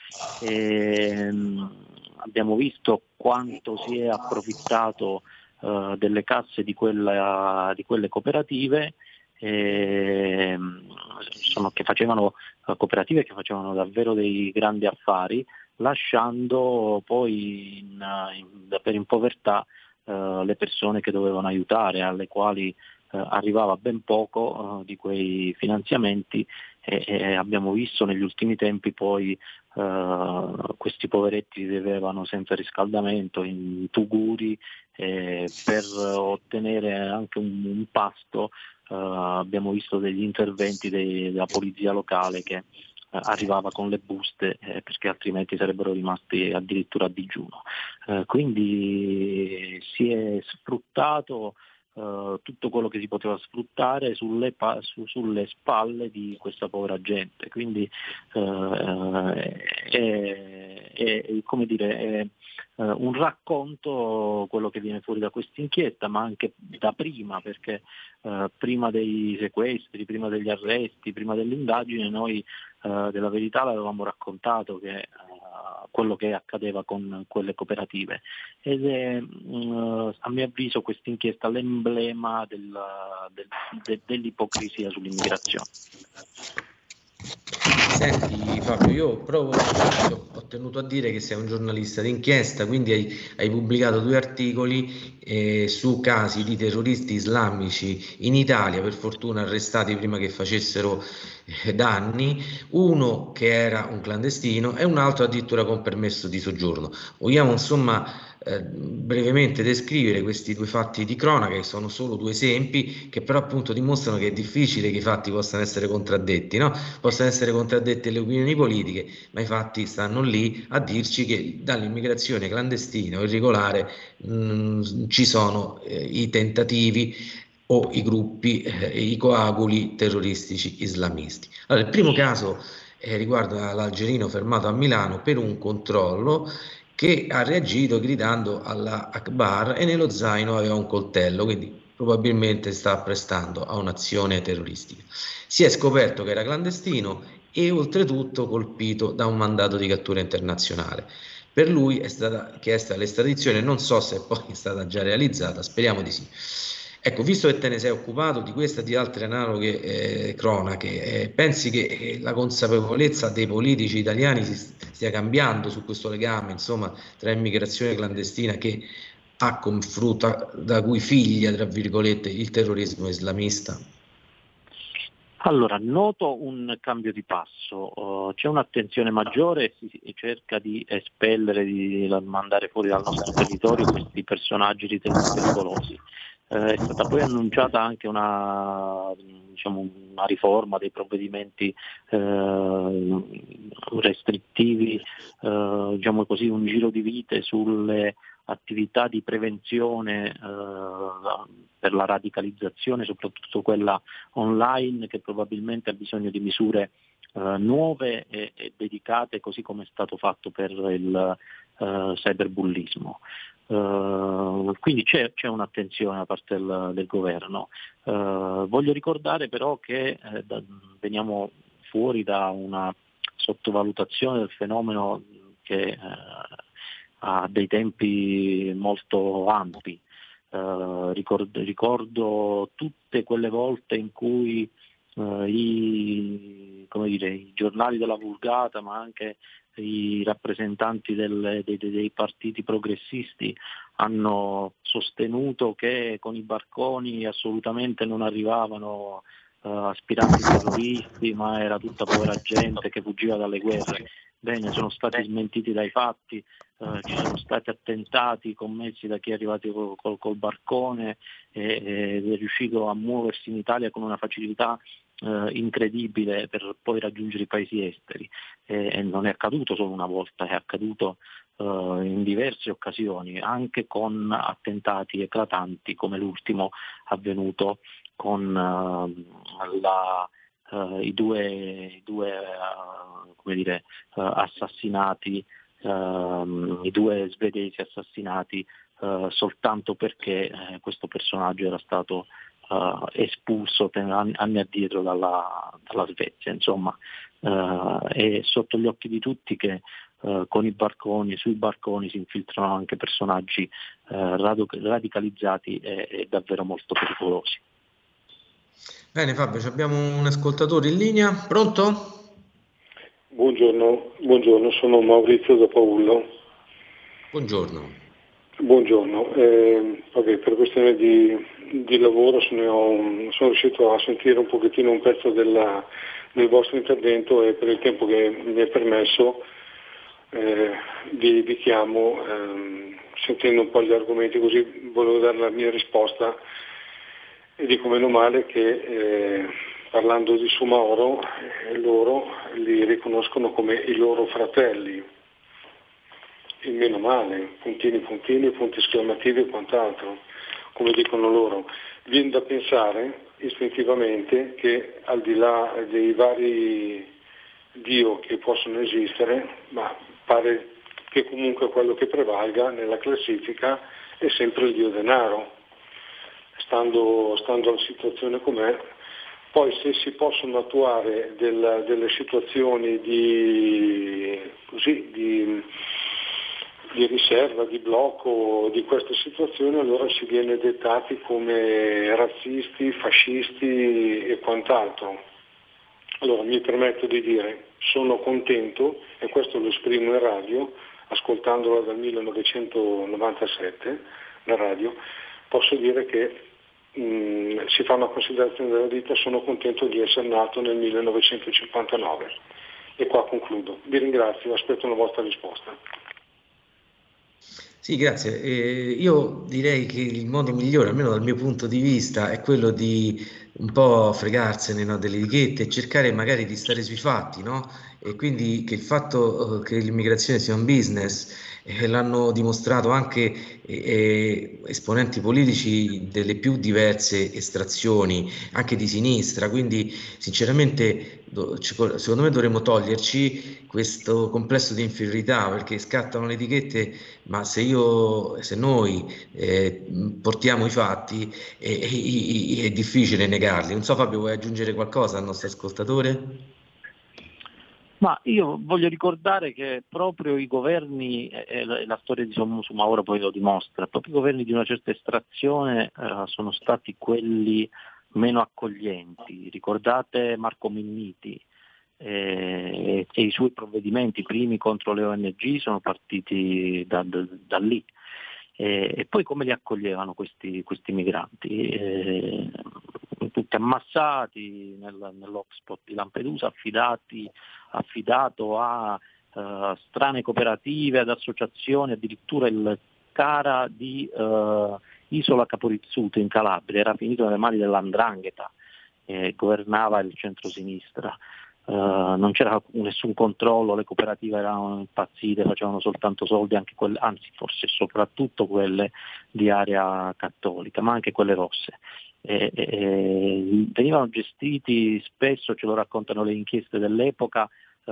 Abbiamo visto quanto si è approfittato delle casse di quelle cooperative, che facevano cooperative che facevano davvero dei grandi affari, lasciando poi in povertà le persone che dovevano aiutare, alle quali arrivava ben poco di quei finanziamenti, e abbiamo visto negli ultimi tempi poi questi poveretti vivevano senza riscaldamento in tuguri, per ottenere anche un pasto. Abbiamo visto degli interventi della polizia locale che arrivava con le buste perché altrimenti sarebbero rimasti addirittura a digiuno. Quindi si è sfruttato tutto quello che si poteva sfruttare sulle spalle di questa povera gente. Quindi è un racconto quello che viene fuori da questa inchiesta, ma anche da prima, perché prima dei sequestri, prima degli arresti, prima dell'indagine, noi della Verità l'avevamo raccontato che quello che accadeva con quelle cooperative, ed è a mio avviso questa inchiesta l'emblema dell'ipocrisia sull'immigrazione. Senti Fabio, io ho tenuto a dire che sei un giornalista d'inchiesta, quindi hai pubblicato 2 articoli su casi di terroristi islamici in Italia, per fortuna arrestati prima che facessero danni, uno che era un clandestino e un altro addirittura con permesso di soggiorno. Vogliamo insomma brevemente descrivere questi due fatti di cronaca, che sono solo due esempi, che però appunto dimostrano che è difficile che i fatti possano essere contraddetti, no? Possono essere contraddette le opinioni politiche, ma i fatti stanno lì a dirci che dall'immigrazione clandestina o irregolare ci sono i tentativi o i gruppi, i coaguli terroristici islamisti. Allora, il primo caso riguarda l'algerino fermato a Milano per un controllo, che ha reagito gridando alla Akbar e nello zaino aveva un coltello, quindi probabilmente sta apprestando a un'azione terroristica. Si è scoperto che era clandestino e oltretutto colpito da un mandato di cattura internazionale. Per lui è stata chiesta l'estradizione, non so se poi è stata già realizzata, speriamo di sì. Ecco, visto che te ne sei occupato di questa e di altre analoghe cronache, pensi che la consapevolezza dei politici italiani stia cambiando su questo legame, insomma, tra immigrazione clandestina che ha come frutto, da cui figlia, tra virgolette, il terrorismo islamista? Allora, noto un cambio di passo, c'è un'attenzione maggiore, si cerca di espellere, di mandare fuori dal nostro territorio questi personaggi ritenuti pericolosi. È stata poi annunciata anche una riforma dei provvedimenti restrittivi, un giro di vite sulle attività di prevenzione per la radicalizzazione, soprattutto quella online, che probabilmente ha bisogno di misure nuove e dedicate, così come è stato fatto per il cyberbullismo. Quindi c'è un'attenzione da parte del governo. Voglio ricordare però che veniamo fuori da una sottovalutazione del fenomeno che ha dei tempi molto ampi. Ricordo tutte quelle volte in cui i giornali della Vulgata, ma anche i rappresentanti dei partiti progressisti hanno sostenuto che con i barconi assolutamente non arrivavano aspiranti terroristi, ma era tutta povera gente che fuggiva dalle guerre. Bene, sono stati smentiti dai fatti, ci sono stati attentati commessi da chi è arrivato col barcone ed è riuscito a muoversi in Italia con una facilità incredibile per poi raggiungere i paesi esteri, e non è accaduto solo una volta, è accaduto in diverse occasioni, anche con attentati eclatanti come l'ultimo avvenuto con i due assassinati, i due svedesi assassinati soltanto perché questo personaggio era stato espulso anni addietro dalla Svezia. Insomma, è sotto gli occhi di tutti che con i barconi, sui barconi si infiltrano anche personaggi radicalizzati e davvero molto pericolosi. Bene Fabio, abbiamo un ascoltatore in linea, pronto? Buongiorno, sono Maurizio da Paullo. Buongiorno. Per questione di lavoro sono riuscito a sentire un pochettino un pezzo del vostro intervento, e per il tempo che mi è permesso vi chiamo sentendo un po' gli argomenti, così volevo dare la mia risposta, e dico meno male che parlando di Soumahoro loro li riconoscono come i loro fratelli. Il meno male, puntini, punti esclamativi e quant'altro, come dicono loro. Viene da pensare istintivamente che al di là dei vari Dio che possono esistere, ma pare che comunque quello che prevalga nella classifica è sempre il Dio denaro, stando alla situazione com'è. Poi se si possono attuare delle situazioni di riserva, di blocco di queste situazioni, allora si viene dettati come razzisti, fascisti e quant'altro. Allora mi permetto di dire, sono contento, e questo lo esprimo in radio, ascoltandola dal 1997, la radio, posso dire che si fa una considerazione della vita, sono contento di essere nato nel 1959. E qua concludo. Vi ringrazio, aspetto una vostra risposta. Sì, grazie. Io direi che il modo migliore, almeno dal mio punto di vista, è quello di un po' fregarsene, no, delle etichette e cercare magari di stare sui fatti, no? E quindi che il fatto che l'immigrazione sia un business, l'hanno dimostrato anche esponenti politici delle più diverse estrazioni, anche di sinistra, quindi sinceramente secondo me dovremmo toglierci questo complesso di inferiorità perché scattano le etichette, ma se noi portiamo i fatti è difficile negarli. Non so, Fabio, vuoi aggiungere qualcosa al nostro ascoltatore? Ma io voglio ricordare che proprio i governi, e la storia di Soumahoro poi lo dimostra, proprio i governi di una certa estrazione sono stati quelli meno accoglienti. Ricordate Marco Minniti e i suoi provvedimenti primi contro le ONG sono partiti da lì. E poi come li accoglievano questi migranti? Tutti ammassati nell'hotspot di Lampedusa, affidato a strane cooperative, ad associazioni, addirittura il CARA di Isola Caporizzuto in Calabria era finito nelle mani dell''ndrangheta, governava il centrosinistra. Non c'era nessun controllo, le cooperative erano impazzite, facevano soltanto soldi, anche quelle, anzi forse soprattutto quelle di area cattolica, ma anche quelle rosse. Venivano gestiti spesso, ce lo raccontano le inchieste dell'epoca,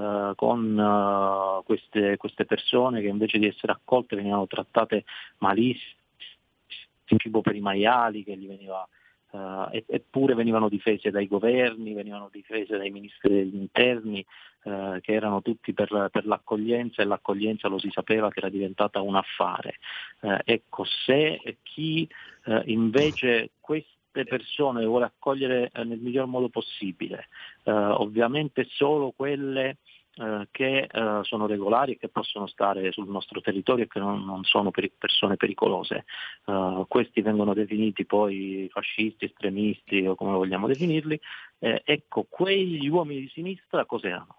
con queste persone che invece di essere accolte venivano trattate malissimo, cibo per i maiali che gli veniva eppure venivano difese dai governi, venivano difese dai ministri degli interni, che erano tutti per l'accoglienza, e l'accoglienza lo si sapeva che era diventata un affare. Ecco, se chi invece queste persone le vuole accogliere nel miglior modo possibile, ovviamente solo quelle che sono regolari e che possono stare sul nostro territorio e che non sono persone pericolose. Questi vengono definiti poi fascisti, estremisti o come vogliamo definirli. Ecco, quegli uomini di sinistra cos'erano?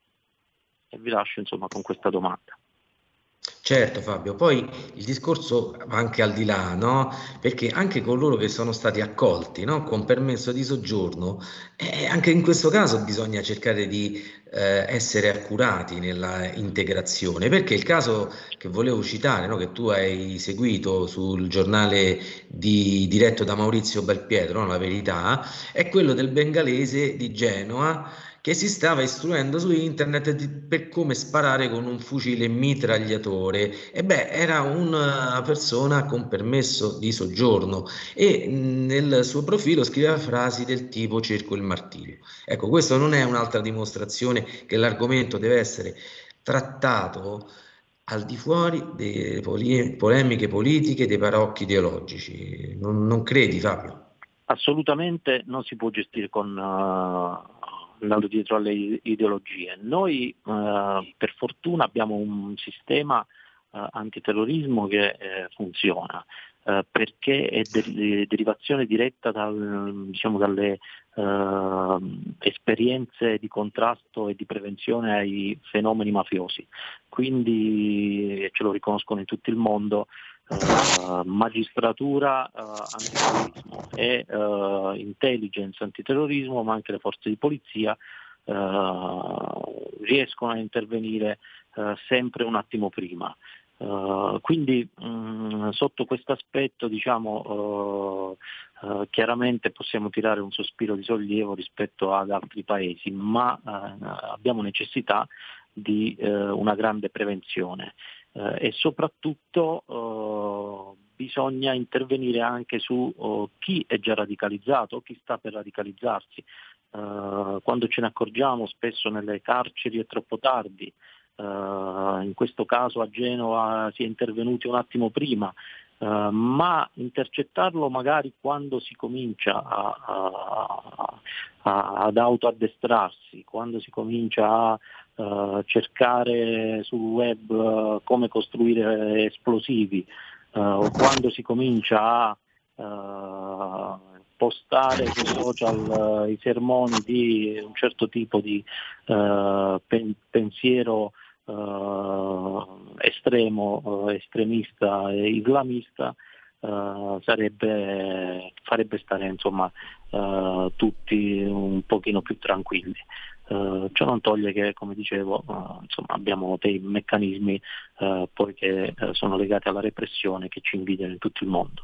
E vi lascio insomma con questa domanda. Certo, Fabio, poi il discorso va anche al di là, no? Perché anche coloro che sono stati accolti, no, con permesso di soggiorno, anche in questo caso bisogna cercare di essere accurati nella integrazione, perché il caso che volevo citare, no, che tu hai seguito sul giornale diretto da Maurizio Belpietro, no, La Verità, è quello del bengalese di Genova che si stava istruendo su internet per come sparare con un fucile mitragliatore. E beh, era una persona con permesso di soggiorno e nel suo profilo scriveva frasi del tipo cerco il martirio. Ecco, questo non è un'altra dimostrazione che l'argomento deve essere trattato al di fuori delle polemiche politiche, dei barocchi ideologici. Non credi, Fabio? Assolutamente non si può gestire andando dietro alle ideologie. Noi per fortuna abbiamo un sistema antiterrorismo che funziona, perché è derivazione diretta dalle esperienze di contrasto e di prevenzione ai fenomeni mafiosi. Quindi ce lo riconoscono in tutto il mondo. Magistratura antiterrorismo e intelligence antiterrorismo, ma anche le forze di polizia riescono a intervenire sempre un attimo prima. Quindi sotto questo aspetto chiaramente possiamo tirare un sospiro di sollievo rispetto ad altri paesi, ma abbiamo necessità di una grande prevenzione. E soprattutto bisogna intervenire anche su chi è già radicalizzato o chi sta per radicalizzarsi. Quando ce ne accorgiamo spesso nelle carceri è troppo tardi, in questo caso a Genova si è intervenuti un attimo prima, ma intercettarlo magari quando si comincia ad autoaddestrarsi, quando si comincia a cercare sul web come costruire esplosivi, o quando si comincia a postare sui social i sermoni di un certo tipo di pensiero estremo, estremista e islamista, farebbe stare insomma tutti un pochino più tranquilli. Ciò non toglie che, come dicevo, insomma, abbiamo dei meccanismi poi che sono legati alla repressione che ci invidiano in tutto il mondo.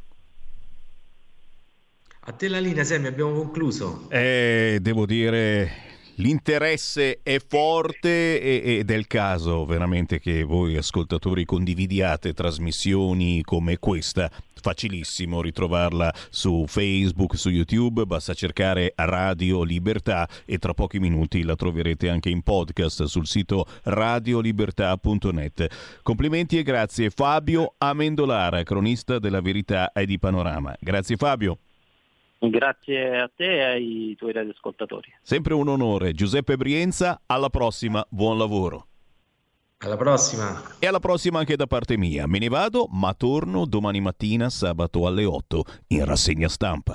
A te la linea, Sammy, abbiamo concluso. Devo dire, l'interesse è forte ed è il caso veramente che voi ascoltatori condividiate trasmissioni come questa. Facilissimo ritrovarla su Facebook, su YouTube, basta cercare Radio Libertà e tra pochi minuti la troverete anche in podcast sul sito radiolibertà.net. Complimenti e grazie Fabio Amendolara, cronista della Verità e di Panorama. Grazie Fabio. Grazie a te e ai tuoi radioascoltatori. Sempre un onore. Giuseppe Brienza, alla prossima, buon lavoro. Alla prossima. E alla prossima anche da parte mia. Me ne vado, ma torno domani mattina, sabato alle 8, in rassegna stampa.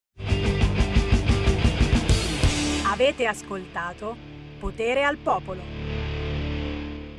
Avete ascoltato Potere al Popolo.